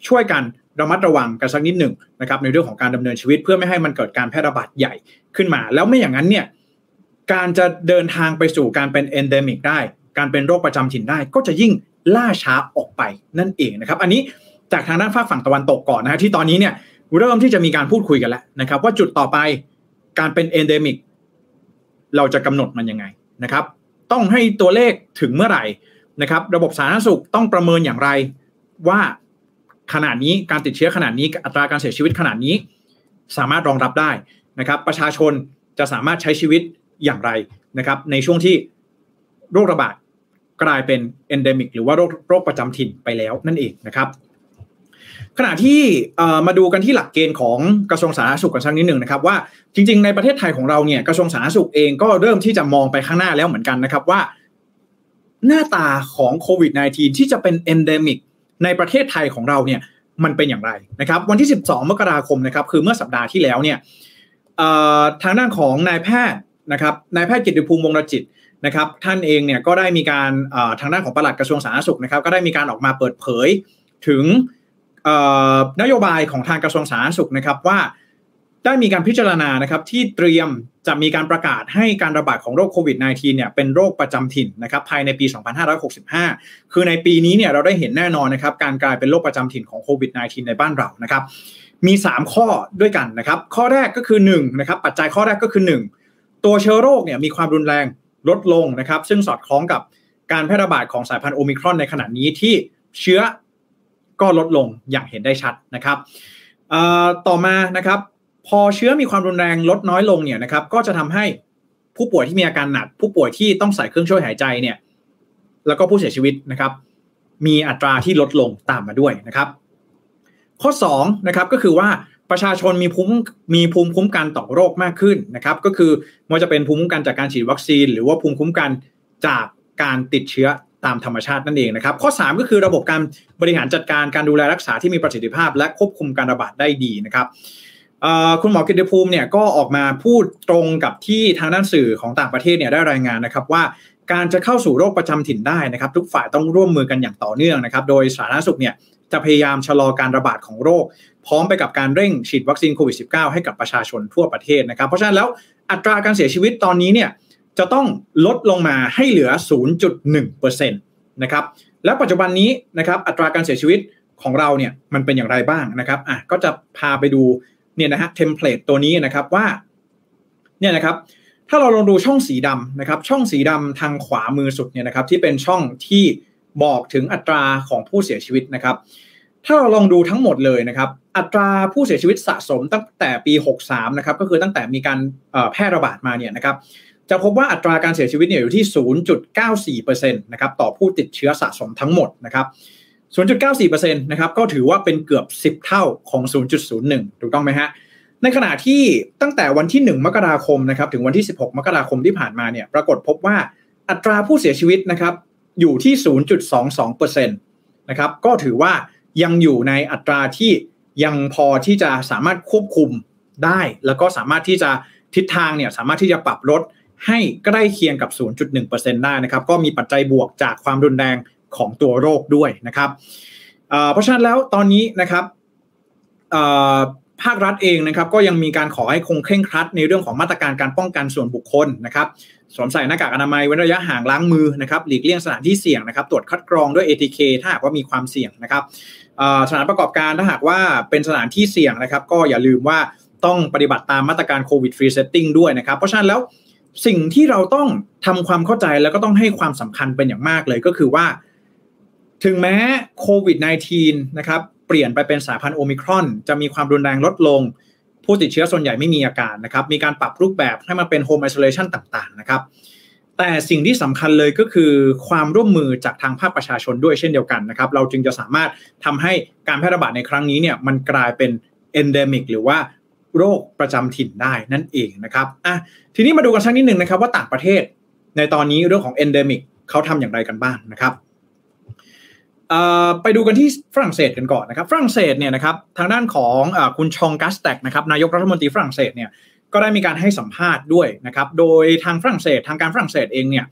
ช่วยกันระมัดระวังกันสักนิดหนึ่งนะครับในเรื่องของการดำเนินชีวิตเพื่อไม่ให้มันเกิดการแพร่ระบาดใหญ่ขึ้นมาแล้วไม่อย่างนั้นเนี่ยการจะเดินทางไปสู่การเป็น endemic ได้การเป็นโรคประจำถิ่นได้ก็จะยิ่งล่าช้าออกไปนั่นเองนะครับอันนี้จากทางด้านฝั่งตะวันตกก่อนนะฮะที่ตอนนี้เนี่ยเริ่มที่จะมีการพูดคุยกันแล้วนะครับว่าจุดต่อไปการเป็น endemic เราจะกำหนดมันยังไงนะครับต้องให้ตัวเลขถึงเมื่อไหร่นะครับระบบสาธารณสุขต้องประเมินอย่างไรว่าขนาดนี้การติดเชื้อขนาดนี้อัตราการเสียชีวิตขนาดนี้สามารถรองรับได้นะครับประชาชนจะสามารถใช้ชีวิตอย่างไรนะครับในช่วงที่โรคระบาดกลายเป็น endemic หรือว่าโรคประจำถิ่นไปแล้วนั่นเองนะครับขณะที่มาดูกันที่หลักเกณฑ์ของกระทรวงสาธารณสุขกันสักนิดหนึ่งนะครับว่าจริงๆในประเทศไทยของเราเนี่ยกระทรวงสาธารณสุขเองก็เริ่มที่จะมองไปข้างหน้าแล้วเหมือนกันนะครับว่าหน้าตาของโควิด -19 ที่จะเป็น endemic ในประเทศไทยของเราเนี่ยมันเป็นอย่างไรนะครับวันที่12มกราคมนะครับคือเมื่อสัปดาห์ที่แล้วเนี่ยทางด้านของนายแพทย์นะครับนายแพทย์กิตติภูมิวงศ์รจิตนะครับท่านเองเนี่ยก็ได้มีการทางด้านของปลัดกระทรวงสาธารณสุขนะครับก็ได้มีการออกมาเปิดเผยถึงนโยบายของทางกระทรวงสาธารณสุขนะครับว่าได้มีการพิจารณานะครับที่เตรียมจะมีการประกาศให้การระบาดของโรคโควิด -19 เนี่ยเป็นโรคประจำถิ่นนะครับภายในปี2565คือในปีนี้เนี่ยเราได้เห็นแน่นอนนะครับการกลายเป็นโรคประจำถิ่นของโควิด -19 ในบ้านเรานะครับมี3ข้อด้วยกันนะครับข้อแรกก็คือ1นะครับปัจจัยข้อแรกก็คือ1ตัวเชื้อโรคเนี่ยมีความรุนแรงลดลงนะครับซึ่งสอดคล้องกับการแพร่ระบาดของสายพันธุ์โอมิครอนในขณะนี้ที่เชื้อก็ลดลงอย่างเห็นได้ชัดนะครับต่อมานะครับพอเชื้อมีความรุนแรงลดน้อยลงเนี่ยนะครับก็จะทำให้ผู้ป่วยที่มีอาการหนักผู้ป่วยที่ต้องใส่เครื่องช่วยหายใจเนี่ยแล้วก็ผู้เสียชีวิตนะครับมีอัตราที่ลดลงตามมาด้วยนะครับข้อ2นะครับก็คือว่าประชาชนมีภูมิคุ้มกันต่อโรคมากขึ้นนะครับก็คือไม่ว่าจะเป็นภูมิคุ้มกันจากการฉีดวัคซีนหรือว่าภูมิคุ้มกันจากการติดเชื้อตามธรรมชาตินั่นเองนะครับข้อ3ก็คือระบบการบริหารจัดการการดูแลรักษาที่มีประสิทธิภาพและควบคุมการระบาดได้ดีนะครับคุณหมอกิตติภูมิเนี่ยก็ออกมาพูดตรงกับที่ทางด้านสื่อของต่างประเทศเนี่ยได้รายงานนะครับว่าการจะเข้าสู่โรคประจำถิ่นได้นะครับทุกฝ่ายต้องร่วมมือกันอย่างต่อเนื่องนะครับโดยสาธารณสุขเนี่ยจะพยายามชะลอการระบาดของโรคพร้อมไปกับการเร่งฉีดวัคซีนโควิด -19 ให้กับประชาชนทั่วประเทศนะครับเพราะฉะนั้นแล้วอัตราการเสียชีวิตตอนนี้เนี่ยจะต้องลดลงมาให้เหลือ 0.1% นะครับแล้วปัจจุบันนี้นะครับอัตราการเสียชีวิตของเราเนี่ยมันเป็นอย่างไรบ้างนะครับก็จะพาไปดูเนี่ยนะฮะเทมเพลตตัวนี้นะครับว่าเนี่ยนะครับถ้าเราลองดูช่องสีดำนะครับช่องสีดำทางขวามือสุดเนี่ยนะครับที่เป็นช่องที่บอกถึงอัตราของผู้เสียชีวิตนะครับถ้าเราลองดูทั้งหมดเลยนะครับอัตราผู้เสียชีวิตสะสมตั้งแต่ปี63นะครับก็คือตั้งแต่มีการแพร่ระบาดมาเนี่ยนะครับจะพบว่าอัตราการเสียชีวิตเนี่ยอยู่ที่ 0.94% นะครับต่อผู้ติดเชื้อสะสมทั้งหมดนะครับ 0.94% นะครับก็ถือว่าเป็นเกือบ10เท่าของ 0.01 ถูกต้องไหมฮะในขณะที่ตั้งแต่วันที่1มกราคมนะครับถึงวันที่16มกราคมที่ผ่านมาเนี่ยปรากฏพบว่าอัตราผู้เสียชีวิตนะครับอยู่ที่ 0.22% นะครับก็ถือว่ายังอยู่ในอัตราที่ยังพอที่จะสามารถควบคุมได้แล้วก็สามารถที่จะทิศทางเนี่ยสามารถที่จะปรับลดให้ใกล้เคียงกับ 0.1% ได้นะครับก็มีปัจจัยบวกจากความรุนแรงของตัวโรคด้วยนะครับเพราะฉะนั้นแล้วตอนนี้นะครับภาครัฐเองนะครับก็ยังมีการขอให้คงเคร่งครัดในเรื่องของมาตรการการป้องกันส่วนบุคคลนะครับสวมใส่หน้ากากอนามัยเว้นระยะห่างล้างมือนะครับหลีกเลี่ยงสถานที่เสี่ยงนะครับตรวจคัดกรองด้วย ATK ถ้าหากว่ามีความเสี่ยงนะครับสถานประกอบการถ้าหากว่าเป็นสถานที่เสี่ยงนะครับก็อย่าลืมว่าต้องปฏิบัติตามมาตรการโควิดฟรีเซตติ้งด้วยนะครับเพราะฉะนั้นแล้วสิ่งที่เราต้องทำความเข้าใจแล้วก็ต้องให้ความสำคัญเป็นอย่างมากเลยก็คือว่าถึงแม้โควิด -19 นะครับเปลี่ยนไปเป็นสายพันธุ์โอมิครอนจะมีความรุนแรงลดลงผู้ติดเชื้อส่วนใหญ่ไม่มีอาการนะครับมีการปรับรูปแบบให้มันเป็นโฮมไอโซเลชันต่างๆนะครับแต่สิ่งที่สำคัญเลยก็คือความร่วมมือจากทางภาคประชาชนด้วยเช่นเดียวกันนะครับเราจึงจะสามารถทำให้การแพร่ระบาดในครั้งนี้เนี่ยมันกลายเป็น endemic หรือว่าโรคประจำถิ่นได้นั่นเองนะครับทีนี้มาดูกันสักนิดหนึ่งนะครับว่าต่างประเทศในตอนนี้เรื่องของ endemic เขาทำอย่างไรกันบ้างนะครับไปดูกันที่ฝรั่งเศสกันก่อนนะครับฝรั่งเศสเนี่ยนะครับทางด้านของคุณชองกัสแตกนะครับนายกรัฐมนตรีฝรั่งเศสเนี่ยก็ได้มีการให้สัมภาษณ์ด้วยนะครับโดยทางฝรั่งเศสทางการฝรั่งเศสเองเนี่ย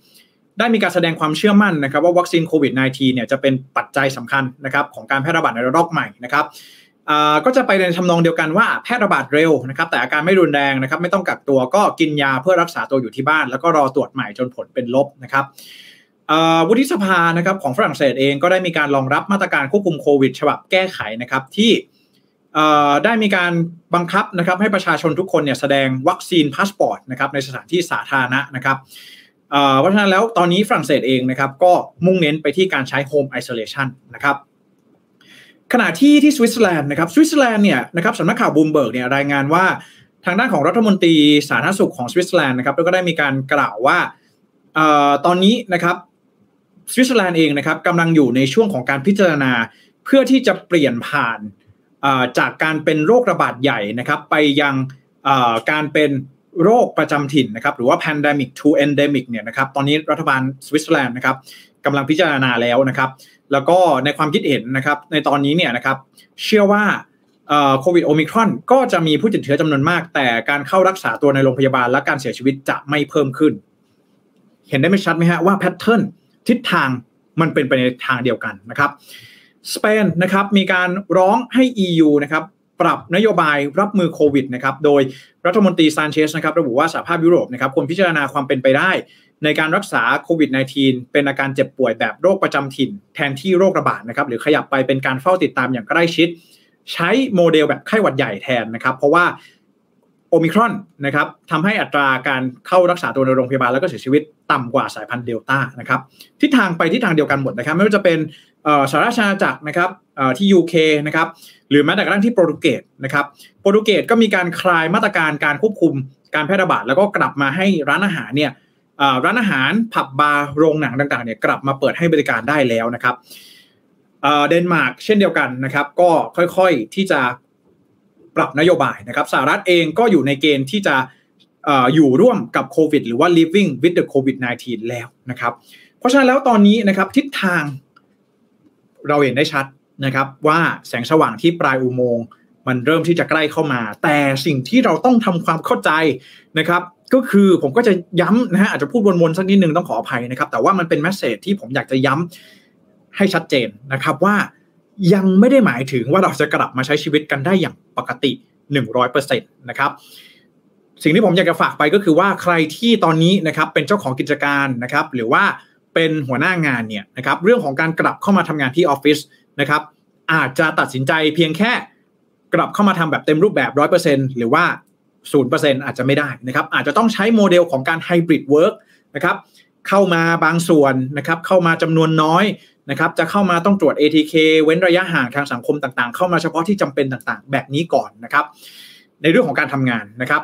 ได้มีการแสดงความเชื่อมั่นนะครับว่าวัคซีนโควิด -19 เนี่ยจะเป็นปัจจัยสำคัญนะครับของการแพร่ระบาดในระลอกใหม่นะครับก็จะไปในทำนองเดียวกันว่าแพร่ระบาดเร็วนะครับแต่อาการไม่รุนแรงนะครับไม่ต้องกักตัวก็กินยาเพื่อรักษาตัวอยู่ที่บ้านแล้วก็รอตรวจใหม่จนผลเป็นลบนะครับวุฒิสภานะครับของฝรั่งเศสเองก็ได้มีการรองรับมาตรการควบคุมโควิดฉบับแก้ไขนะครับที่ได้มีการบังคับนะครับให้ประชาชนทุกคนเนี่ยแสดงวัคซีนพาสปอร์ตนะครับในสถานที่สาธารณะนะครับเพราะฉะนั้นแล้วตอนนี้ฝรั่งเศสเองนะครับก็มุ่งเน้นไปที่การใช้ Home Isolation นะครับขณะที่สวิตเซอร์แลนด์นะครับสวิตเซอร์แลนด์เนี่ยนะครับสำนักข่าวบูมเบิร์กเนี่ยรายงานว่าทางด้านของรัฐมนตรีสาธารณสุขของสวิตเซอร์แลนด์นะครับก็ได้มีการกล่าวว่าตอนนี้นะครับสวิตเซอร์แลนด์เองนะครับกำลังอยู่ในช่วงของการพิจารณาเพื่อที่จะเปลี่ยนผ่านจากการเป็นโรคระบาดใหญ่นะครับไปยังการเป็นโรคประจำถิ่นนะครับหรือว่า pandemic to endemic เนี่ยนะครับตอนนี้รัฐบาลสวิตเซอร์แลนด์นะครับกำลังพิจารณาแล้วนะครับแล้วก็ในความคิดเห็นนะครับในตอนนี้เนี่ยนะครับเชื่อว่าโควิดโอมิครอนก็จะมีผู้ติดเชื้อจำนวนมากแต่การเข้ารักษาตัวในโรงพยาบาลและการเสียชีวิตจะไม่เพิ่มขึ้นเห็นได้ไม่ชัดไหมฮะว่าแพทเทิร์นทิศทางมันเป็นไปในทางเดียวกันนะครับสเปนนะครับมีการร้องให้ EU นะครับปรับนโยบายรับมือโควิดนะครับโดยรัฐมนตรีซานเชสนะครับระบุว่าสหภาพยุโรปนะครับควรพิจารณาความเป็นไปได้ในการรักษาโควิด -19 เป็นอาการเจ็บป่วยแบบโรคประจำถิ่นแทนที่โรคระบาดนะครับหรือขยับไปเป็นการเฝ้าติดตามอย่างใกล้ชิดใช้โมเดลแบบไข้หวัดใหญ่แทนนะครับเพราะว่าโอมิครอนนะครับทำให้อัตราการเข้ารักษาตัวในโรงพยาบาลแล้วก็เสียชีวิตต่ำกว่าสายพันธุ์เดลต้านะครับทิศทางไปทิศทางเดียวกันหมดนะครับไม่ว่าจะเป็นสหราชอาณาจักรนะครับที่ UK นะครับหรือแม้แต่กระทั่งที่โปรตุเกสนะครับโปรตุเกสก็มีการคลายมาตรการการควบคุมการแพร่ระบาดแล้วก็กลับมาให้ร้านอาหารเนี่ยร้านอาหารผับบาร์โรงหนังต่างๆเนี่ยกลับมาเปิดให้บริการได้แล้วนะครับเดนมาร์กเช่นเดียวกันนะครับก็ค่อยๆที่จะปรับนโยบายนะครับสหรัฐเองก็อยู่ในเกณฑ์ที่จะอยู่ร่วมกับโควิดหรือว่า living with the COVID-19 แล้วนะครับเพราะฉะนั้นแล้วตอนนี้นะครับทิศทางเราเห็นได้ชัดนะครับว่าแสงสว่างที่ปลายอุโมงค์มันเริ่มที่จะใกล้เข้ามาแต่สิ่งที่เราต้องทำความเข้าใจนะครับก็คือผมก็จะย้ำนะฮะอาจจะพูดวนๆสักนิดนึงต้องขออภัยนะครับแต่ว่ามันเป็นเมสเสจที่ผมอยากจะย้ำให้ชัดเจนนะครับว่ายังไม่ได้หมายถึงว่าเราจะกลับมาใช้ชีวิตกันได้อย่างปกติ 100% นะครับสิ่งที่ผมอยากจะฝากไปก็คือว่าใครที่ตอนนี้นะครับเป็นเจ้าของกิจการนะครับหรือว่าเป็นหัวหน้างานเนี่ยนะครับเรื่องของการกลับเข้ามาทำงานที่ออฟฟิศนะครับอาจจะตัดสินใจเพียงแค่กลับเข้ามาทำแบบเต็มรูปแบบ 100% หรือว่า 0% อาจจะไม่ได้นะครับอาจจะต้องใช้โมเดลของการไฮบริดเวิร์กนะครับเข้ามาบางส่วนนะครับเข้ามาจำนวนน้อยนะครับจะเข้ามาต้องตรวจ ATK เว้นระยะห่างทางสังคมต่างๆเข้ามาเฉพาะที่จำเป็นต่างๆแบบนี้ก่อนนะครับในเรื่องของการทำงานนะครับ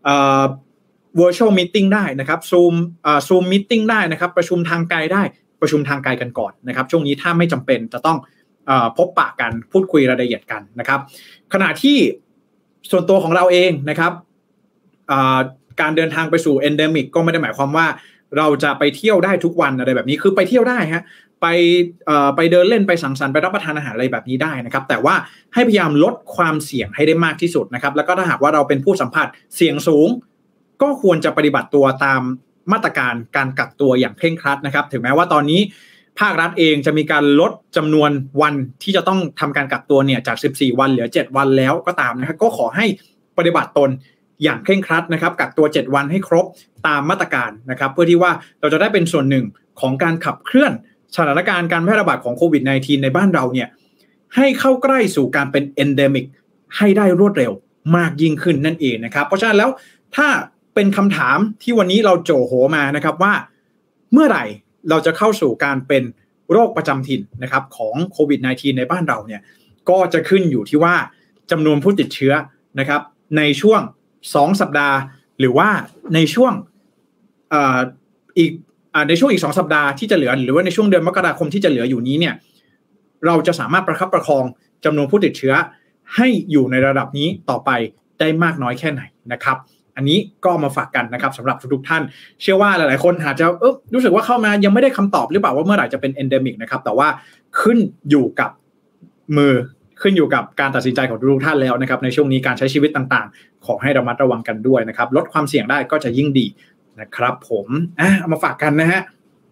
virtual meeting ได้นะครับ Zoom meeting ได้นะครับประชุมทางไกลได้ประชุมทางไกลกันก่อนนะครับช่วงนี้ถ้าไม่จำเป็นจะต้องพบปะกันพูดคุยรายละเอียดกันนะครับขณะที่ส่วนตัวของเราเองนะครับการเดินทางไปสู่ endemic ก็ไม่ได้หมายความว่าเราจะไปเที่ยวได้ทุกวันอะไรแบบนี้คือไปเที่ยวได้ฮะไปเดินเล่นไปสังสรรค์ไปรับประทานอาหารอะไรแบบนี้ได้นะครับแต่ว่าให้พยายามลดความเสี่ยงให้ได้มากที่สุดนะครับแล้วก็ถ้าหากว่าเราเป็นผู้สัมผัสเสี่ยงสูงก็ควรจะปฏิบัติตัวตามมาตรการการกักตัวอย่างเคร่งครัดนะครับถึงแม้ว่าตอนนี้ภาครัฐเองจะมีการลดจำนวนวันที่จะต้องทำการกักตัวเนี่ยจาก14วันเหลือ7วันแล้วก็ตามนะครับก็ขอให้ปฏิบัติตนอย่างเคร่งครัดนะครับกักตัว7วันให้ครบตามมาตรการนะครับเพื่อที่ว่าเราจะได้เป็นส่วนหนึ่งของการขับเคลื่อนสถานการณ์การแพร่ระบาดของโควิด -19 ในบ้านเราเนี่ยให้เข้าใกล้สู่การเป็น endemic ให้ได้รวดเร็วมากยิ่งขึ้นนั่นเองนะครับเพราะฉะนั้นแล้วถ้าเป็นคำถามที่วันนี้เราโจโหมานะครับว่าเมื่อไหร่เราจะเข้าสู่การเป็นโรคประจำถิ่นนะครับของโควิด -19 ในบ้านเราเนี่ยก็จะขึ้นอยู่ที่ว่าจำนวนผู้ติดเชื้อนะครับในช่วง2สัปดาห์หรือว่าในช่วงอีก2สัปดาห์ที่จะเหลือหรือว่าในช่วงเดือนมกราคมที่จะเหลืออยู่นี้เนี่ยเราจะสามารถประคับประคองจำนวนผู้ติดเชื้อให้อยู่ในระดับนี้ต่อไปได้มากน้อยแค่ไหนนะครับอันนี้ก็มาฝากกันนะครับสำหรับทุกๆท่านเชื่อว่าหลายๆคนอาจจะรู้สึกว่าเข้ามายังไม่ได้คำตอบหรือเปล่าว่าเมื่อไหร่จะเป็น endemic นะครับแต่ว่าขึ้นอยู่กับขึ้นอยู่กับการตัดสินใจของทุกท่านแล้วนะครับในช่วงนี้การใช้ชีวิตต่างๆขอให้ระมัดระวังกันด้วยนะครับลดความเสี่ยงได้ก็จะยิ่งดีนะครับผมเอามาฝากกันนะฮะ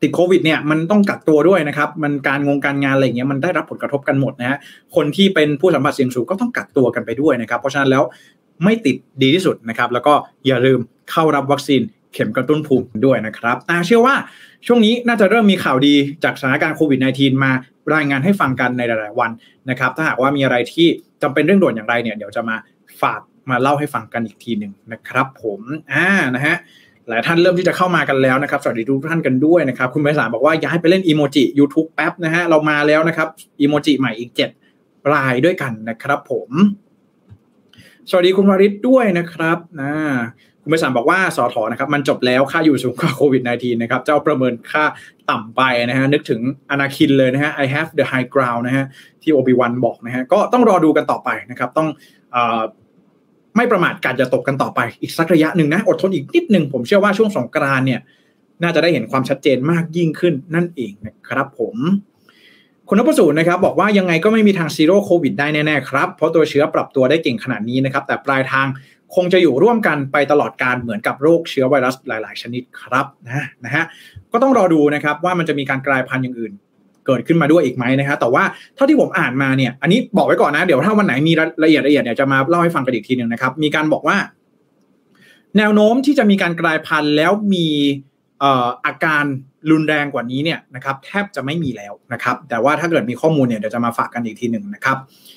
ติดโควิดเนี่ยมันต้องกักตัวด้วยนะครับมันการงานอะไรอย่างเงี้ยมันได้รับผลกระทบกันหมดนะฮะคนที่เป็นผู้สัมผัสเสี่ยงสูงก็ต้องกักตัวกันไปด้วยนะครับเพราะฉะนั้นแล้วไม่ติดดีที่สุดนะครับแล้วก็อย่าลืมเข้ารับวัคซีนเข็มกระตุ้นภูมิด้วยนะครับเชื่อว่าช่วงนี้น่าจะเริ่มมีข่าวดีจากสถานการณ์โควิด -19 มารายงานให้ฟังกันในหลายๆวันนะครับถ้าหากว่ามีอะไรที่จำเป็นเร่งด่วนอย่างไรเนี่ยเดี๋ยวจะมาฝากมาเล่าให้ฟังกันอีกทีนึงนะครับผมนะฮะหลายท่านเริ่มที่จะเข้ามากันแล้วนะครับสวัสดีทุกท่านกันด้วยนะครับคุณไพศาลบอกว่าย้ายไปเล่นอีโมจิ YouTube แป๊บนะฮะเรามาแล้วนะครับอีโมจิใหม่อีก7รายด้วยกันนะครับผมสวัสดีคุณวริศด้วยนะครับคุณไพศาลบอกว่าสถ.นะครับมันจบแล้วค่าอยู่สูงกว่าโควิด -19 นะครับเจ้าประเมินค่าต่ำไปนะฮะนึกถึงอนาคินเลยนะฮะ I have the high ground นะฮะที่ Obi-Wan บอกนะฮะก็ต้องรอดูกันต่อไปนะครับต้องไม่ประมาทการจะตกกันต่อไปอีกสักระยะหนึ่งนะอดทนอีกนิดนึงผมเชื่อว่าช่วงสงกรานต์เนี่ยน่าจะได้เห็นความชัดเจนมากยิ่งขึ้นนั่นเองนะครับผมคุณนพสูรนะครับบอกว่ายังไงก็ไม่มีทางซีโร่โควิดได้แน่ๆครับเพราะตัวเชื้อปรับตัวได้เก่งขนาดนี้นะครับแต่ปลายทางคงจะอยู่ร่วมกันไปตลอดกาลเหมือนกับโรคเชื้อไวรัสหลายๆชนิดครับนะฮะก็ต้องรอดูนะครับว่ามันจะมีการกลายพันธุ์อย่างอื่นเกิดขึ้นมาด้วยอีกไหมนะฮะแต่ว่าเท่าที่ผมอ่านมาเนี่ยอันนี้บอกไว้ก่อนนะเดี๋ยวถ้าวันไหนมีละเอียดเนี่ยจะมาเล่าให้ฟังกันอีกทีนึงนะครับมีการบอกว่าแนวโน้มที่จะมีการกลายพันธุ์แล้วมีอาการรุนแรงกว่านี้เนี่ยนะครับแทบจะไม่มีแล้วนะครับแต่ว่าถ้าเกิดมีข้อมูลเนี่ยเดี๋ยวจะมาฝากกันอีกทีนึงนะครับ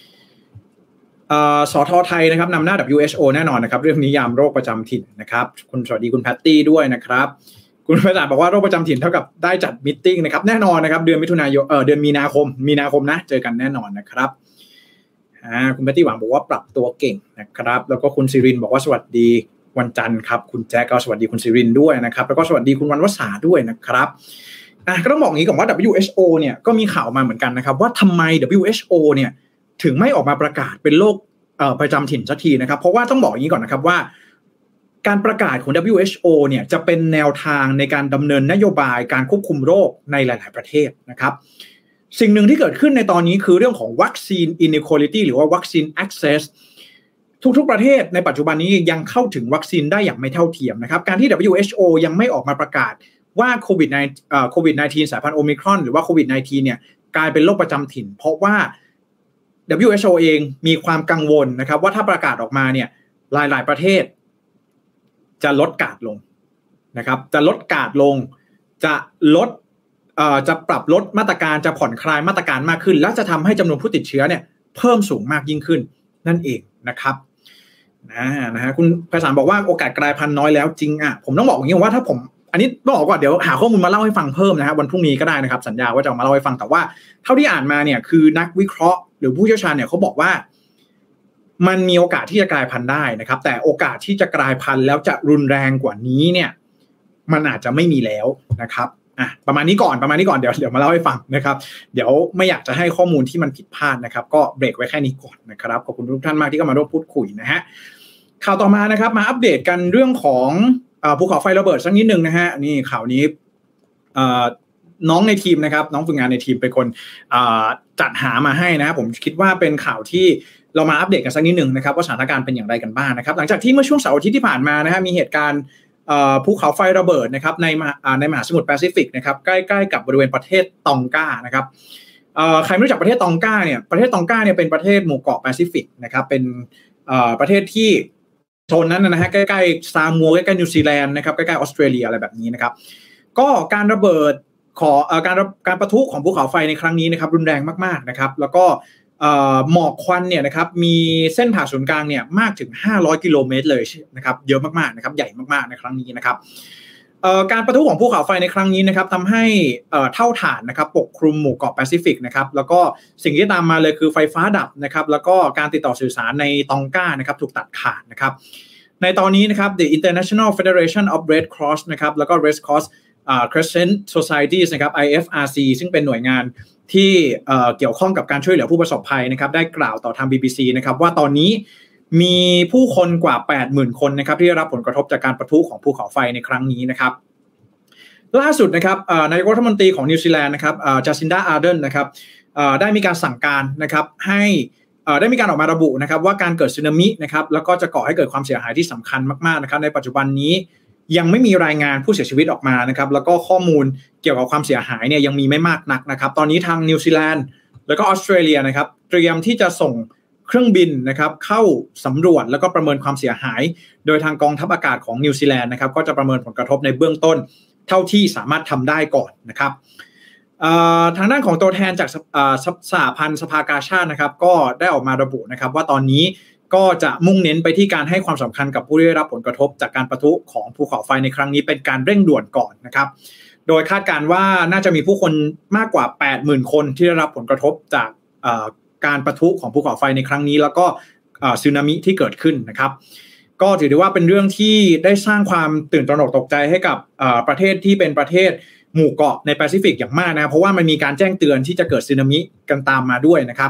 สท.ไทยนะครับนำหน้า WHO แน่นอนนะครับเรื่องนิยามโรคประจำถิ่นนะครับคุณสวัสดีคุณแพตตี้ด้วยนะครับคุณประจักษ์บอกว่าโรคประจำถิ่นเท่ากับได้จัดมีตติ้งนะครับแน่นอนนะครับเดือนมิถุนายนเดือนมีนาคมนะเจอกันแน่นอนนะครับคุณแพตตี้หวังบอกว่าปรับตัวเก่งนะครับแล้วก็คุณศิรินบอกว่าสวัสดีวันจันทร์ครับคุณแจ็คก็สวัสดีคุณศิรินด้วยนะครับแล้วก็สวัสดีคุณวันวษาด้วยนะครับก็ต้องบอกอย่างนี้ก่อนว่า WHO เนี่ยก็มีข่าวมาเหมือนกันนะครับว่าทำไม WHO เนี่ยถึงไม่ออกมาประกาศเป็นโรคประจำถิ่นสักทีนะครับเพราะว่าต้องบอกอย่างนี้ก่อนนะครับว่าการประกาศของ WHO เนี่ยจะเป็นแนวทางในการดำเนินนโยบายการควบคุมโรคในหลายๆประเทศนะครับสิ่งหนึ่งที่เกิดขึ้นในตอนนี้คือเรื่องของวัคซีน inequality หรือว่าวัคซีน access ทุกๆประเทศในปัจจุบันนี้ยังเข้าถึงวัคซีนได้อย่างไม่เท่าเทียมนะครับการที่ WHO ยังไม่ออกมาประกาศว่าโควิด -19 สายพันธุ์โอมิครอนหรือว่าโควิด -19 เนี่ยกลายเป็นโรคประจำถิ่นเพราะว่า WHO เองมีความกังวลนะครับว่าถ้าประกาศออกมาเนี่ยหลายๆประเทศจะลดการ์ดลงนะครับจะลดการ์ดลงจะปรับลดมาตรการจะผ่อนคลายมาตรการมากขึ้นและจะทำให้จำนวนผู้ติดเชื้อเนี่ยเพิ่มสูงมากยิ่งขึ้นนั่นเองนะครับนะฮะคุณไพศาลบอกว่าโอกาสกลายพันธุ์น้อยแล้วจริงผมต้องบอกอย่างนี้ว่าถ้าผมอันนี้ต้องบอกก่อนเดี๋ยวหาข้อมูลมาเล่าให้ฟังเพิ่มนะฮะวันพรุ่งนี้ก็ได้นะครับสัญญาว่าจะมาเล่าให้ฟังแต่ว่าเท่าที่อ่านมาเนี่ยคือนักวิเคราะห์หรือผู้เชี่ยวชาญเนี่ยเขาบอกว่ามันมีโอกาสที่จะกลายพันธุ์ได้นะครับแต่โอกาสที่จะกลายพันธุ์แล้วจะรุนแรงกว่านี้เนี่ยมันอาจจะไม่มีแล้วนะครับประมาณนี้ก่อนเดี๋ยวมาเล่าให้ฟังนะครับเดี๋ยวไม่อยากจะให้ข้อมูลที่มันผิดพลาดนะครับก็เบรกไว้แค่นี้ก่อนนะครับขอบคุณทุกท่านมากที่เข้ามาร่วมพูดคุยนะฮะข่าวต่อมานะครับมาอัปเดตกันเรื่องของภูเขาไฟระเบิดสักนิดนึงนะฮะนี่ข่าวนี้น้องในทีมนะครับน้องฝึกงานในทีมเป็นคนจัดหามาให้นะครับผมคิดว่าเป็นข่าวที่เรามาอัปเดตกันสักนิดนึงนะครับว่าสถานการณ์เป็นอย่างไรกันบ้างนะครับหลังจากที่เมื่อช่วงเสาร์อาทิตย์ที่ผ่านมานะฮะมีเหตุการณ์ภูเขาไฟระเบิดนะครับในมหาสมุทรแปซิฟิกนะครับใกล้ๆกับบริเวณประเทศตองกานะครับใครไม่รู้จักประเทศตองกาเนี่ยเป็นประเทศหมู่เกาะแปซิฟิกนะครับเป็นประเทศที่โซนนั้นนะฮะใกล้ๆซามัวใกล้ๆนิวซีแลนด์นะครับใกล้ๆออสเตรเลียอะไรแบบนี้นะครับก็การระเบิดของการปะทุของภูเขาไฟในครั้งนี้นะครับรุนแรงมากๆนะครับแล้วก็หมอกควันเนี่ยนะครับมีเส้นผ่าศูนย์กลางเนี่ยมากถึง500กิโลเมตรเลยนะครับเยอะมากๆนะครับใหญ่มากๆในครั้งนี้นะครับการปะทุของภูเขาไฟในครั้งนี้นะครับทำให้เท่าฐานนะครับปกคลุมหมู่เกาะแปซิฟิกนะครับแล้วก็สิ่งที่ตามมาเลยคือไฟฟ้าดับนะครับแล้วก็การติดต่อสื่อสารในตองกานะครับถูกตัดขาดนะครับในตอนนี้นะครับ The International Federation of Red Cross นะครับแล้วก็ Red Cross Crescent Societies นะครับ IFRC ซึ่งเป็นหน่วยงานที่เกี่ยวข้องกับการช่วยเหลือผู้ประสบภัยนะครับได้กล่าวต่อทาง BBC นะครับว่าตอนนี้มีผู้คนกว่า 80,000 คนนะครับที่ได้รับผลกระทบจากการปะทุของภูเขาไฟในครั้งนี้นะครับล่าสุดนะครับนายกรัฐมนตรีของนิวซีแลนด์นะครับจาซินดาอาร์เดนนะครับได้มีการสั่งการนะครับให้ได้มีการออกมาระบุนะครับว่าการเกิดสึนามินะครับแล้วก็จะก่อให้เกิดความเสียหายที่สำคัญมากๆนะครับในปัจจุบันนี้ยังไม่มีรายงานผู้เสียชีวิตออกมานะครับแล้วก็ข้อมูลเกี่ยวกับความเสียหายเนี่ยยังมีไม่มากนักนะครับตอนนี้ทางนิวซีแลนด์แล้วก็ออสเตรเลียนะครับเตรียมที่จะส่งเครื่องบินนะครับเข้าสำรวจแล้วก็ประเมินความเสียหายโดยทางกองทัพอากาศของนิวซีแลนด์นะครับก็จะประเมินผลกระทบในเบื้องต้นเท่าที่สามารถทำได้ก่อนนะครับทางด้านของตัวแทนจากสหพันธ์สภากาชาดนะครับก็ได้ออกมาระบุนะครับว่าตอนนี้ก็จะมุ่งเน้นไปที่การให้ความสำคัญกับผู้ได้รับผลกระทบจากการปะทุของภูเขาไฟในครั้งนี้เป็นการเร่งด่วนก่อนนะครับโดยคาดการณ์ว่าน่าจะมีผู้คนมากกว่า 80,000 คนที่ได้รับผลกระทบจากการปะทุของภูเขาไฟในครั้งนี้แล้วก็สึนามิที่เกิดขึ้นนะครับก็ถือได้ว่าเป็นเรื่องที่ได้สร้างความตื่นตระหนกตกใจให้กับประเทศที่เป็นประเทศหมู่เกาะในแปซิฟิกอย่างมากนะเพราะว่ามันมีการแจ้งเตือนที่จะเกิดสึนามิกันตามมาด้วยนะครับ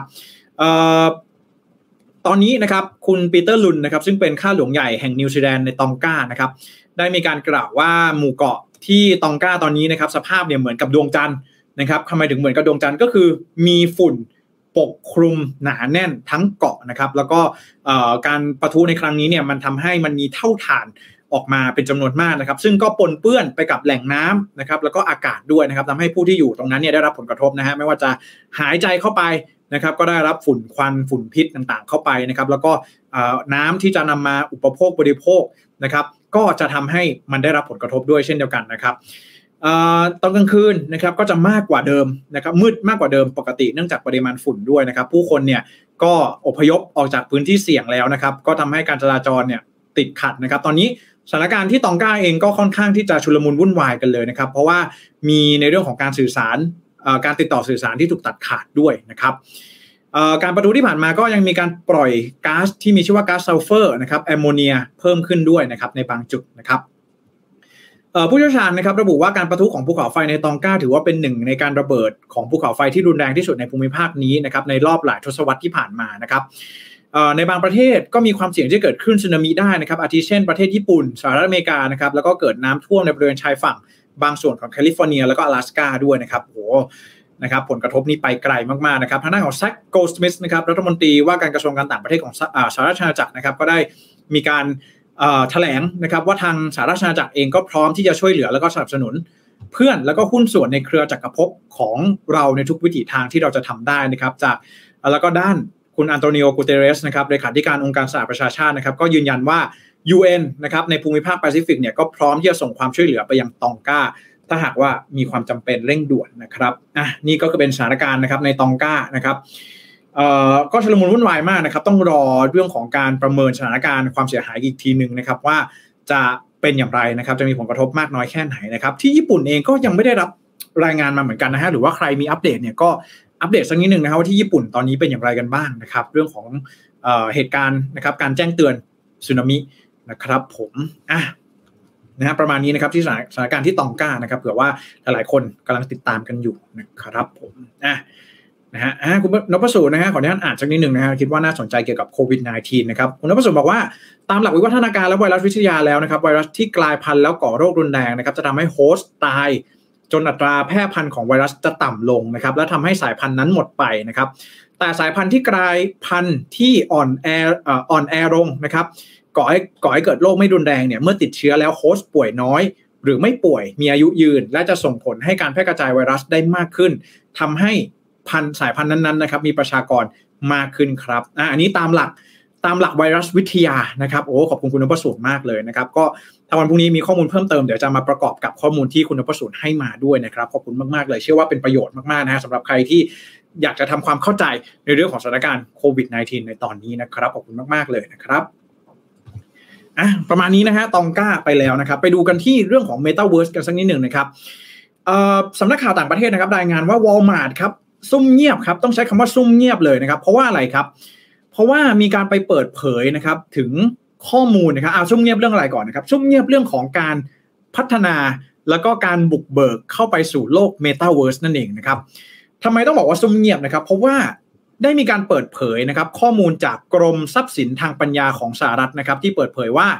ตอนนี้นะครับคุณปีเตอร์ลุนนะครับซึ่งเป็นข้าหลวงใหญ่แห่งนิวซีแลนด์ในตองกานะครับได้มีการกล่าวว่าหมู่เกาะที่ตองกาตอนนี้นะครับสภาพเนี่ยเหมือนกับดวงจันทร์นะครับทำไมถึงเหมือนกับดวงจันทร์ก็คือมีฝุ่นปกคลุมหนาแน่นทั้งเกาะนะครับแล้วก็การปะทุในครั้งนี้เนี่ยมันทำให้มันมีเท่าฐานออกมาเป็นจำนวนมากนะครับซึ่งก็ปนเปื้อนไปกับแหล่งน้ำนะครับแล้วก็อากาศด้วยนะครับทำให้ผู้ที่อยู่ตรงนั้นเนี่ยได้รับผลกระทบนะฮะไม่ว่าจะหายใจเข้าไปนะครับก็ได้รับฝุ่นควันฝุ่นพิษต่างๆเข้าไปนะครับแล้วก็น้ำที่จะนำมาอุปโภคบริโภคนะครับก็จะทำให้มันได้รับผลกระทบด้วยเช่นเดียวกันนะครับตอนกลางคืนนะครับก็จะมากกว่าเดิมนะครับมืดมากกว่าเดิมปกติเนื่องจากปริมาณฝุ่นด้วยนะครับผู้คนเนี่ยก็อพยพออกจากพื้นที่เสี่ยงแล้วนะครับก็ทำให้การจราจรเนี่ยติดขัดนะครับตอนนี้สถานการณ์ที่ตองกาเองก็ค่อนข้างที่จะชุลมุนวุ่นวายกันเลยนะครับเพราะว่ามีในเรื่องของการสื่อสารการติดต่อสื่อสารที่ถูกตัดขาดด้วยนะครับการปะทุที่ผ่านมาก็ยังมีการปล่อยก๊าซที่มีชื่อว่าก๊าซซัลเฟอร์นะครับแอมโมเนียเพิ่มขึ้นด้วยนะครับในบางจุดนะครับผู้เชี่ยวชาญนะครับระบุว่าการปะทุของภูเขาไฟในตองกาถือว่าเป็นหนึ่งในการระเบิดของภูเขาไฟที่รุนแรงที่สุดในภูมิภาคนี้นะครับในรอบหลายทศวรรษที่ผ่านมานะครับในบางประเทศก็มีความเสี่ยงที่เกิดขึ้นสึนามิได้นะครับอาทิเช่นประเทศญี่ปุ่นสหรัฐอเมริกานะครับแล้วก็เกิดน้ำท่วมในบริเวณชายฝั่งบางส่วนของแคลิฟอร์เนียแล้วก็阿拉斯ก้าด้วยนะครับโหนะครับผลกระทบนี้ไปไกลมากๆนะครับทางด้านของแซคโกลด์สมิธนะครับรัฐมนตรีว่าการกระทรวงการต่างประเทศของสหราชอาณาจักรนะครับก็ได้มีการแถลงนะครับว่าทางสหราชอาณาจักรเองก็พร้อมที่จะช่วยเหลือแล้วก็สนับสนุนเพื่อนแล้วก็หุ้นส่วนในเครือจักรภพของเราในทุกวิถีทางที่เราจะทำได้นะครับจากแล้วก็ด้านคุณอันโตนิโอ กูเตเรสนะครับเลขาธิการองค์การสหประชาชาตินะครับก็ยืนยันว่า UN นะครับในภูมิภาคแปซิฟิกเนี่ยก็พร้อมที่จะส่งความช่วยเหลือไปยังตองกาถ้าหากว่ามีความจำเป็นเร่งด่วนนะครับนี่ก็เป็นสถานการณ์นะครับในตองกานะครับก็ชุลมุนวุ่นวายมากนะครับต้องรอเรื่องของการประเมินสถานการณ์ความเสียหายอีกทีนึงนะครับว่าจะเป็นอย่างไรนะครับจะมีผลกระทบมากน้อยแค่ไหนนะครับที่ญี่ปุ่นเองก็ยังไม่ได้รับรายงานมาเหมือนกันนะฮะหรือว่าใครมีอัปเดตเนี่ยก็อัปเดตสักนิดนึงนะครับว่าที่ญี่ปุ่นตอนนี้เป็นอย่างไรกันบ้างนะครับเรื่องของเหตุการณ์นะครับการแจ้งเตือนสึนามินะครับผมนะฮะประมาณนี้นะครับที่สถานการณ์ที่ตองกานะครับเผื่อว่าหลายๆคนกำลังติดตามกันอยู่นะครับผมนะฮะคุณนพสูรนะฮะขออนุญาตอ่านสักนิดนึงนะฮะคิดว่าน่าสนใจเกี่ยวกับโควิด -19 นะครับคุณนพสูรบอกว่าตามหลักวิวัฒนาการและไวรัสวิทยาแล้วนะครับไวรัสที่กลายพันธุ์แล้วก่อโรครุนแรงนะครับจะทำให้โฮสต์ตายจนอัตราแพร่พันธุ์ของไวรัสจะต่ำลงนะครับและทำให้สายพันธุ์นั้นหมดไปนะครับแต่สายพันธุ์ที่กลายพันธุ์ที่อ่อนแอลงนะครับก่อให้เกิดโรคไม่รุนแรงเนี่ยเมื่อติดเชื้อแล้วโฮสต์ป่วยน้อยหรือไม่ป่วยมีอายุยืนและจะส่งผลให้การแพร่กระจายไวรัสได้มากขึ้นทำให้สายพันธุ์นั้นๆนะครับมีประชากรมากขึ้นครับอันนี้ตามหลักไวรัสวิทยานะครับโอ้ขอบคุณคุณนพสูรมากเลยนะครับก็ถ้าวันพรุ่งนี้มีข้อมูลเพิ่มเติมเดี๋ยวจะมาประกอบกับข้อมูลที่คุณนพสูรให้มาด้วยนะครับขอบคุณมากๆเลยเชื่อว่าเป็นประโยชน์มากๆนะฮะสำหรับใครที่อยากจะทำความเข้าใจในเรื่องของสถานการณ์โควิด -19 ในตอนนี้นะครับขอบคุณมากๆเลยนะครับประมาณนี้นะฮะตองกาไปแล้วนะครับไปดูกันที่เรื่องของ Metaverse กันสักนิดหนึ่งนะครับสำนักข่าวต่างประเทศนะครับรายงานว่า Walmart ครับซุ่มเงียบครับต้องใช้คำว่าซุ่มเงียบเลยนะครับเพราะว่าอะไรครับเพราะว่ามีการไปเปิดเผยนะครับถึงข้อมูลนะครับซุ่มเงียบเรื่องอะไรก่อนนะครับซุ่มเงียบเรื่องของการพัฒนาแล้วก็การบุกเบิกเข้าไปสู่โลก Metaverse นั่นเองนะครับทำไมต้องบอกว่าซุ่มเงียบนะครับเพราะว่าได้มีการเปิดเผยนะครับข้อมูลจากกรมทรัพย์สินทางปัญญาของสหรัฐนะครับที่เปิดเผยว่า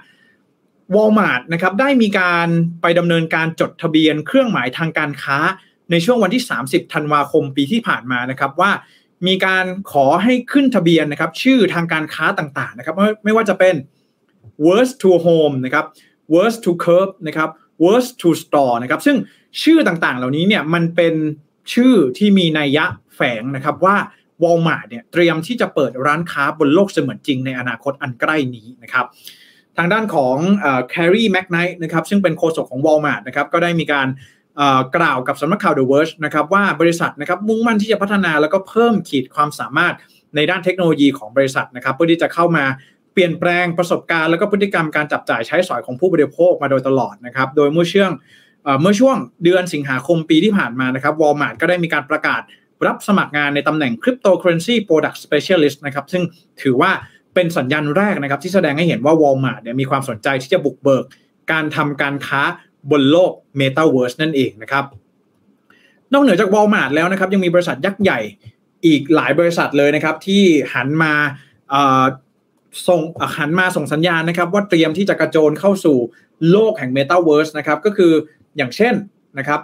Walmart นะครับได้มีการไปดำเนินการจดทะเบียนเครื่องหมายทางการค้าในช่วงวันที่30ธันวาคมปีที่ผ่านมานะครับว่ามีการขอให้ขึ้นทะเบียนนะครับชื่อทางการค้าต่างๆนะครับไม่ว่าจะเป็น Worst to Home นะครับ worst to curb นะครับ worst to store นะครับซึ่งชื่อต่างๆเหล่านี้เนี่ยมันเป็นชื่อที่มีนัยยะแฝงนะครับว่า Walmart เนี่ยเตรียมที่จะเปิดร้านค้าบนโลกเสมือนจริงในอนาคตอันใกล้นี้นะครับทางด้านของCarrie McKnight นะครับซึ่งเป็นโฆษกของ Walmart นะครับก็ได้มีการกล่าวกับสำนักข่าว The Verge นะครับว่าบริษัทนะครับมุ่งมั่นที่จะพัฒนาแล้วก็เพิ่มขีดความสามารถในด้านเทคโนโลยีของบริษัทนะครับเพื่อที่จะเข้ามาเปลี่ยนแปลงประสบการณ์แล้วก็พฤติกรรมการจับจ่ายใช้สอยของผู้บริโภคมาโดยตลอดนะครับโดยเมื่อช่วงเดือนสิงหาคมปีที่ผ่านมานะครับ Walmart ก็ได้มีการประกาศรับสมัครงานในตำแหน่ง Cryptocurrency Product Specialist นะครับซึ่งถือว่าเป็นสัญญาณแรกนะครับที่แสดงให้เห็นว่า Walmart เนี่ยมีความสนใจที่จะบุกเบิกการทำการค้าบนโลก Metaverse นั่นเองนะครับนอกเหนือจาก Walmart แล้วนะครับยังมีบริษัทยักษ์ใหญ่อีกหลายบริษัทเลยนะครับที่หันมาส่งสัญญาณนะครับว่าเตรียมที่จะกระโจนเข้าสู่โลกแห่ง Metaverse นะครับก็คืออย่างเช่นนะครับ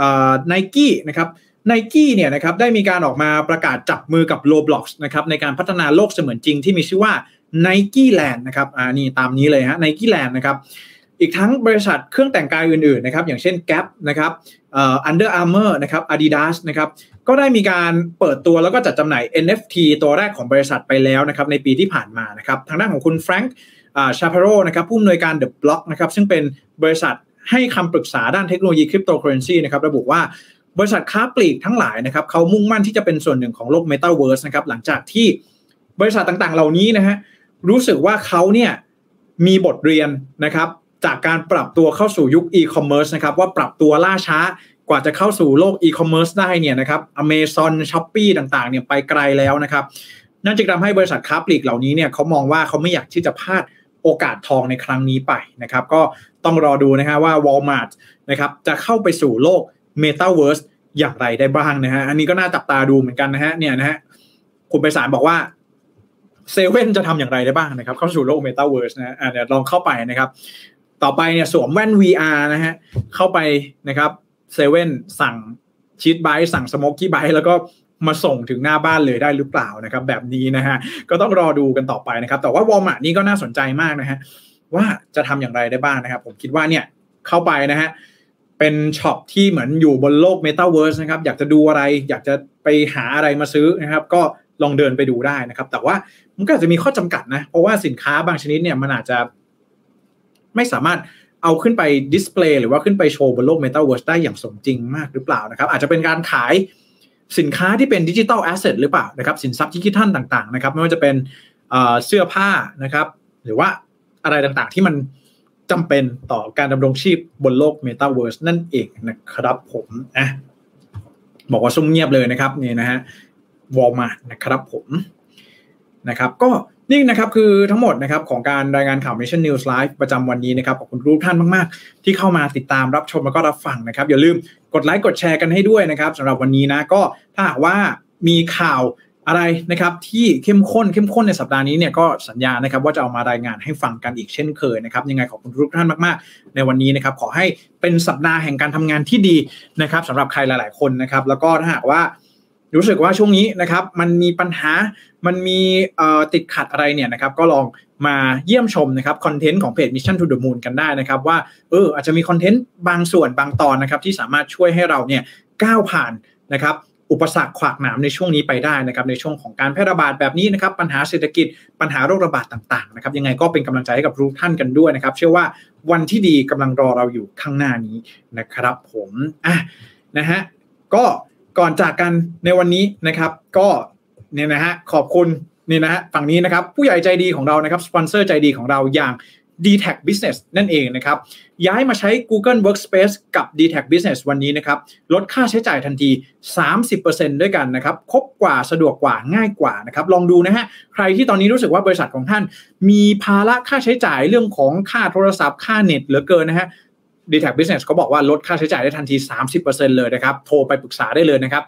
Nike นะครับ Nike เนี่ยนะครับได้มีการออกมาประกาศจับมือกับ Roblox นะครับในการพัฒนาโลกเสมือนจริงที่มีชื่อว่า Nike Land นะครับนี่ตามนี้เลยฮะ Nike Land นะครับอีกทั้งบริษัทเครื่องแต่งกายอื่นๆนะครับอย่างเช่น Gap นะครับUnder Armour นะครับ Adidas นะครับก็ได้มีการเปิดตัวแล้วก็จัดจำหน่าย NFT ตัวแรกของบริษัทไปแล้วนะครับในปีที่ผ่านมานะครับทางด้านของคุณแฟรงค์ชาพาโรนะครับผู้อำนวยการ The Block นะครับซึ่งเป็นบริษัทให้คำปรึกษาด้านเทคโนโลยีคริปโตเคอเรนซีนะครับระบุว่าบริษัทค้าปลีกทั้งหลายนะครับเขามุ่งมั่นที่จะเป็นส่วนหนึ่งของโลก Metaverse นะครับหลังจากที่บริษัทต่างๆเหล่านี้นะฮะรู้สึกว่าเขาเนี่ยมีบทเรียนนะครับจากการปรับตัวเข้าสู่ยุค e-commerce นะครับว่าปรับตัวล่าช้ากว่าจะเข้าสู่โลก e-commerce ได้เนี่ยนะครับ Amazon Shopee ต่างๆเนี่ยไปไกลแล้วนะครับนั่นจึงทำให้บริษัทค้าปลีกเหล่านี้เนี่ยเขามองว่าเขาไม่อยากที่จะพลาดโอกาสทองในครั้งนี้ไปนะครับก็ต้องรอดูนะฮะว่า Walmart นะครับจะเข้าไปสู่โลก Metaverse อย่างไรได้บ้างนะฮะอันนี้ก็น่าจับตาดูเหมือนกันนะฮะเนี่ยนะฮะคุณไพศาลบอกว่าเซเว่นจะทำอย่างไรได้บ้างนะครับเข้าสู่โลก Metaverse นะเดี๋ยวลองเข้าไปนะครับต่อไปเนี่ยสวมแว่น VR นะฮะเข้าไปนะครับเซเว่นสั่งชีทไบต์สั่งสโมกกี้ไบต์แล้วก็มาส่งถึงหน้าบ้านเลยได้หรือเปล่านะครับแบบนี้นะฮะก็ต้องรอดูกันต่อไปนะครับแต่ว่า Walmart นี่ก็น่าสนใจมากนะฮะว่าจะทำอย่างไรได้บ้างนะครับผมคิดว่าเนี่ยเข้าไปนะฮะเป็นช็อปที่เหมือนอยู่บนโลก Metaverse นะครับอยากจะดูอะไรอยากจะไปหาอะไรมาซื้อนะครับก็ลองเดินไปดูได้นะครับแต่ว่ามันก็อาจจะมีข้อจำกัดนะเพราะว่าสินค้าบางชนิดเนี่ยมันอาจจะไม่สามารถเอาขึ้นไปดิสเพลย์หรือว่าขึ้นไปโชว์บนโลก Metaverse ได้อย่างสมจริงมากหรือเปล่านะครับอาจจะเป็นการขายสินค้าที่เป็นดิจิทัลแอสเซทหรือเปล่านะครับสินทรัพย์ดิจิทัลต่างๆนะครับไม่ว่าจะเป็นเสื้อผ้านะครับหรือว่าอะไรต่างๆที่มันจำเป็นต่อการดำรงชีพบนโลก Metaverse นั่นเองนะครับผมบอกว่าซุ่มเงียบเลยนะครับนี่นะฮะ Walmart นะครับผมนะครับก็นี่นะครับคือทั้งหมดนะครับของการรายงานข่าว Mission News Live ประจำวันนี้นะครับขอบคุณทุกท่านมากๆที่เข้ามาติดตามรับชมแล้วก็รับฟังนะครับอย่าลืมกดไลค์กดแชร์กันให้ด้วยนะครับสำหรับวันนี้นะก็ถ้าหากว่ามีข่าวอะไรนะครับที่เข้มข้นในสัปดาห์นี้เนี่ยก็สัญญานะครับว่าจะเอามารายงานให้ฟังกันอีกเช่นเคยนะครับยังไงขอบคุณทุกท่านมากๆในวันนี้นะครับขอให้เป็นสัปดาห์แห่งการทำงานที่ดีนะครับสำหรับใครหลายๆคนนะครับแล้วก็ถ้าหากว่ารู้สึกว่าช่วงนี้นะครับมันมีปัญหามันมีติดขัดอะไรเนี่ยนะครับก็ลองมาเยี่ยมชมนะครับคอนเทนต์ของเพจ Mission to the Moon กันได้นะครับว่าอาจจะมีคอนเทนต์บางส่วนบางตอนนะครับที่สามารถช่วยให้เราเนี่ยก้าวผ่านนะครับอุปสรรคขวากหนามในช่วงนี้ไปได้นะครับในช่วงของการแพร่ระบาดแบบนี้นะครับปัญหาเศรษฐกิจปัญหาโรคระบาดต่างๆนะครับยังไงก็เป็นกำลังใจให้กับทุกท่านกันด้วยนะครับเชื่อว่าวันที่ดีกำลังรอเราอยู่ข้างหน้านี้นะครับผมนะฮะก็ก่อนจากกันในวันนี้นะครับก็เนี่ยนะฮะขอบคุณนี่นะฮะฝั่งนี้นะครับผู้ใหญ่ใจดีของเรานะครับสปอนเซอร์ใจดีของเราอย่าง DTAC Business นั่นเองนะครับย้ายมาใช้ Google Workspace กับ DTAC Business วันนี้นะครับลดค่าใช้จ่ายทันที 30% ด้วยกันนะครับครบกว่าสะดวกกว่าง่ายกว่านะครับลองดูนะฮะใครที่ตอนนี้รู้สึกว่าบริษัทของท่านมีภาระค่าใช้จ่ายเรื่องของค่าโทรศัพท์ค่าเน็ตเหลือเกินนะฮะDTAC Business เขาบอกว่าลดค่าใช้จ่ายได้ทันที 30% เลยนะครับโทรไปปรึกษาได้เลยนะครับ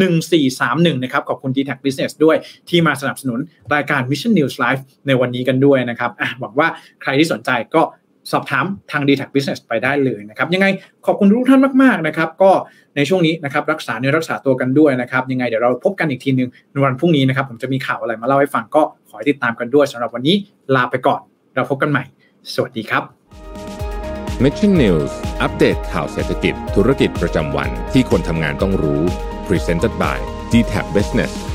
1431นะครับขอบคุณ DTAC Business ด้วยที่มาสนับสนุนรายการ Mission News Live ในวันนี้กันด้วยนะครับหวังว่าใครที่สนใจก็สอบถามทาง DTAC Business ไปได้เลยนะครับยังไงขอบคุณทุกท่านมากๆนะครับก็ในช่วงนี้นะครับรักษาเนื้อรักษาตัวกันด้วยนะครับยังไงเดี๋ยวเราพบกันอีกทีนึงในวันพรุ่งนี้นะครับผมจะมีข่าวอะไรมาเล่าให้ฟังก็ขอให้ติดตามกันด้วยสำหรับวันนี้ลาไปก่อนเราพบกันใหม่สวัสดีครับ Mission News อัปเดตข่าวเศรษฐกิจธุรกิจประจำวันที่คนทำงานต้องรู้ Presented by DTAC Business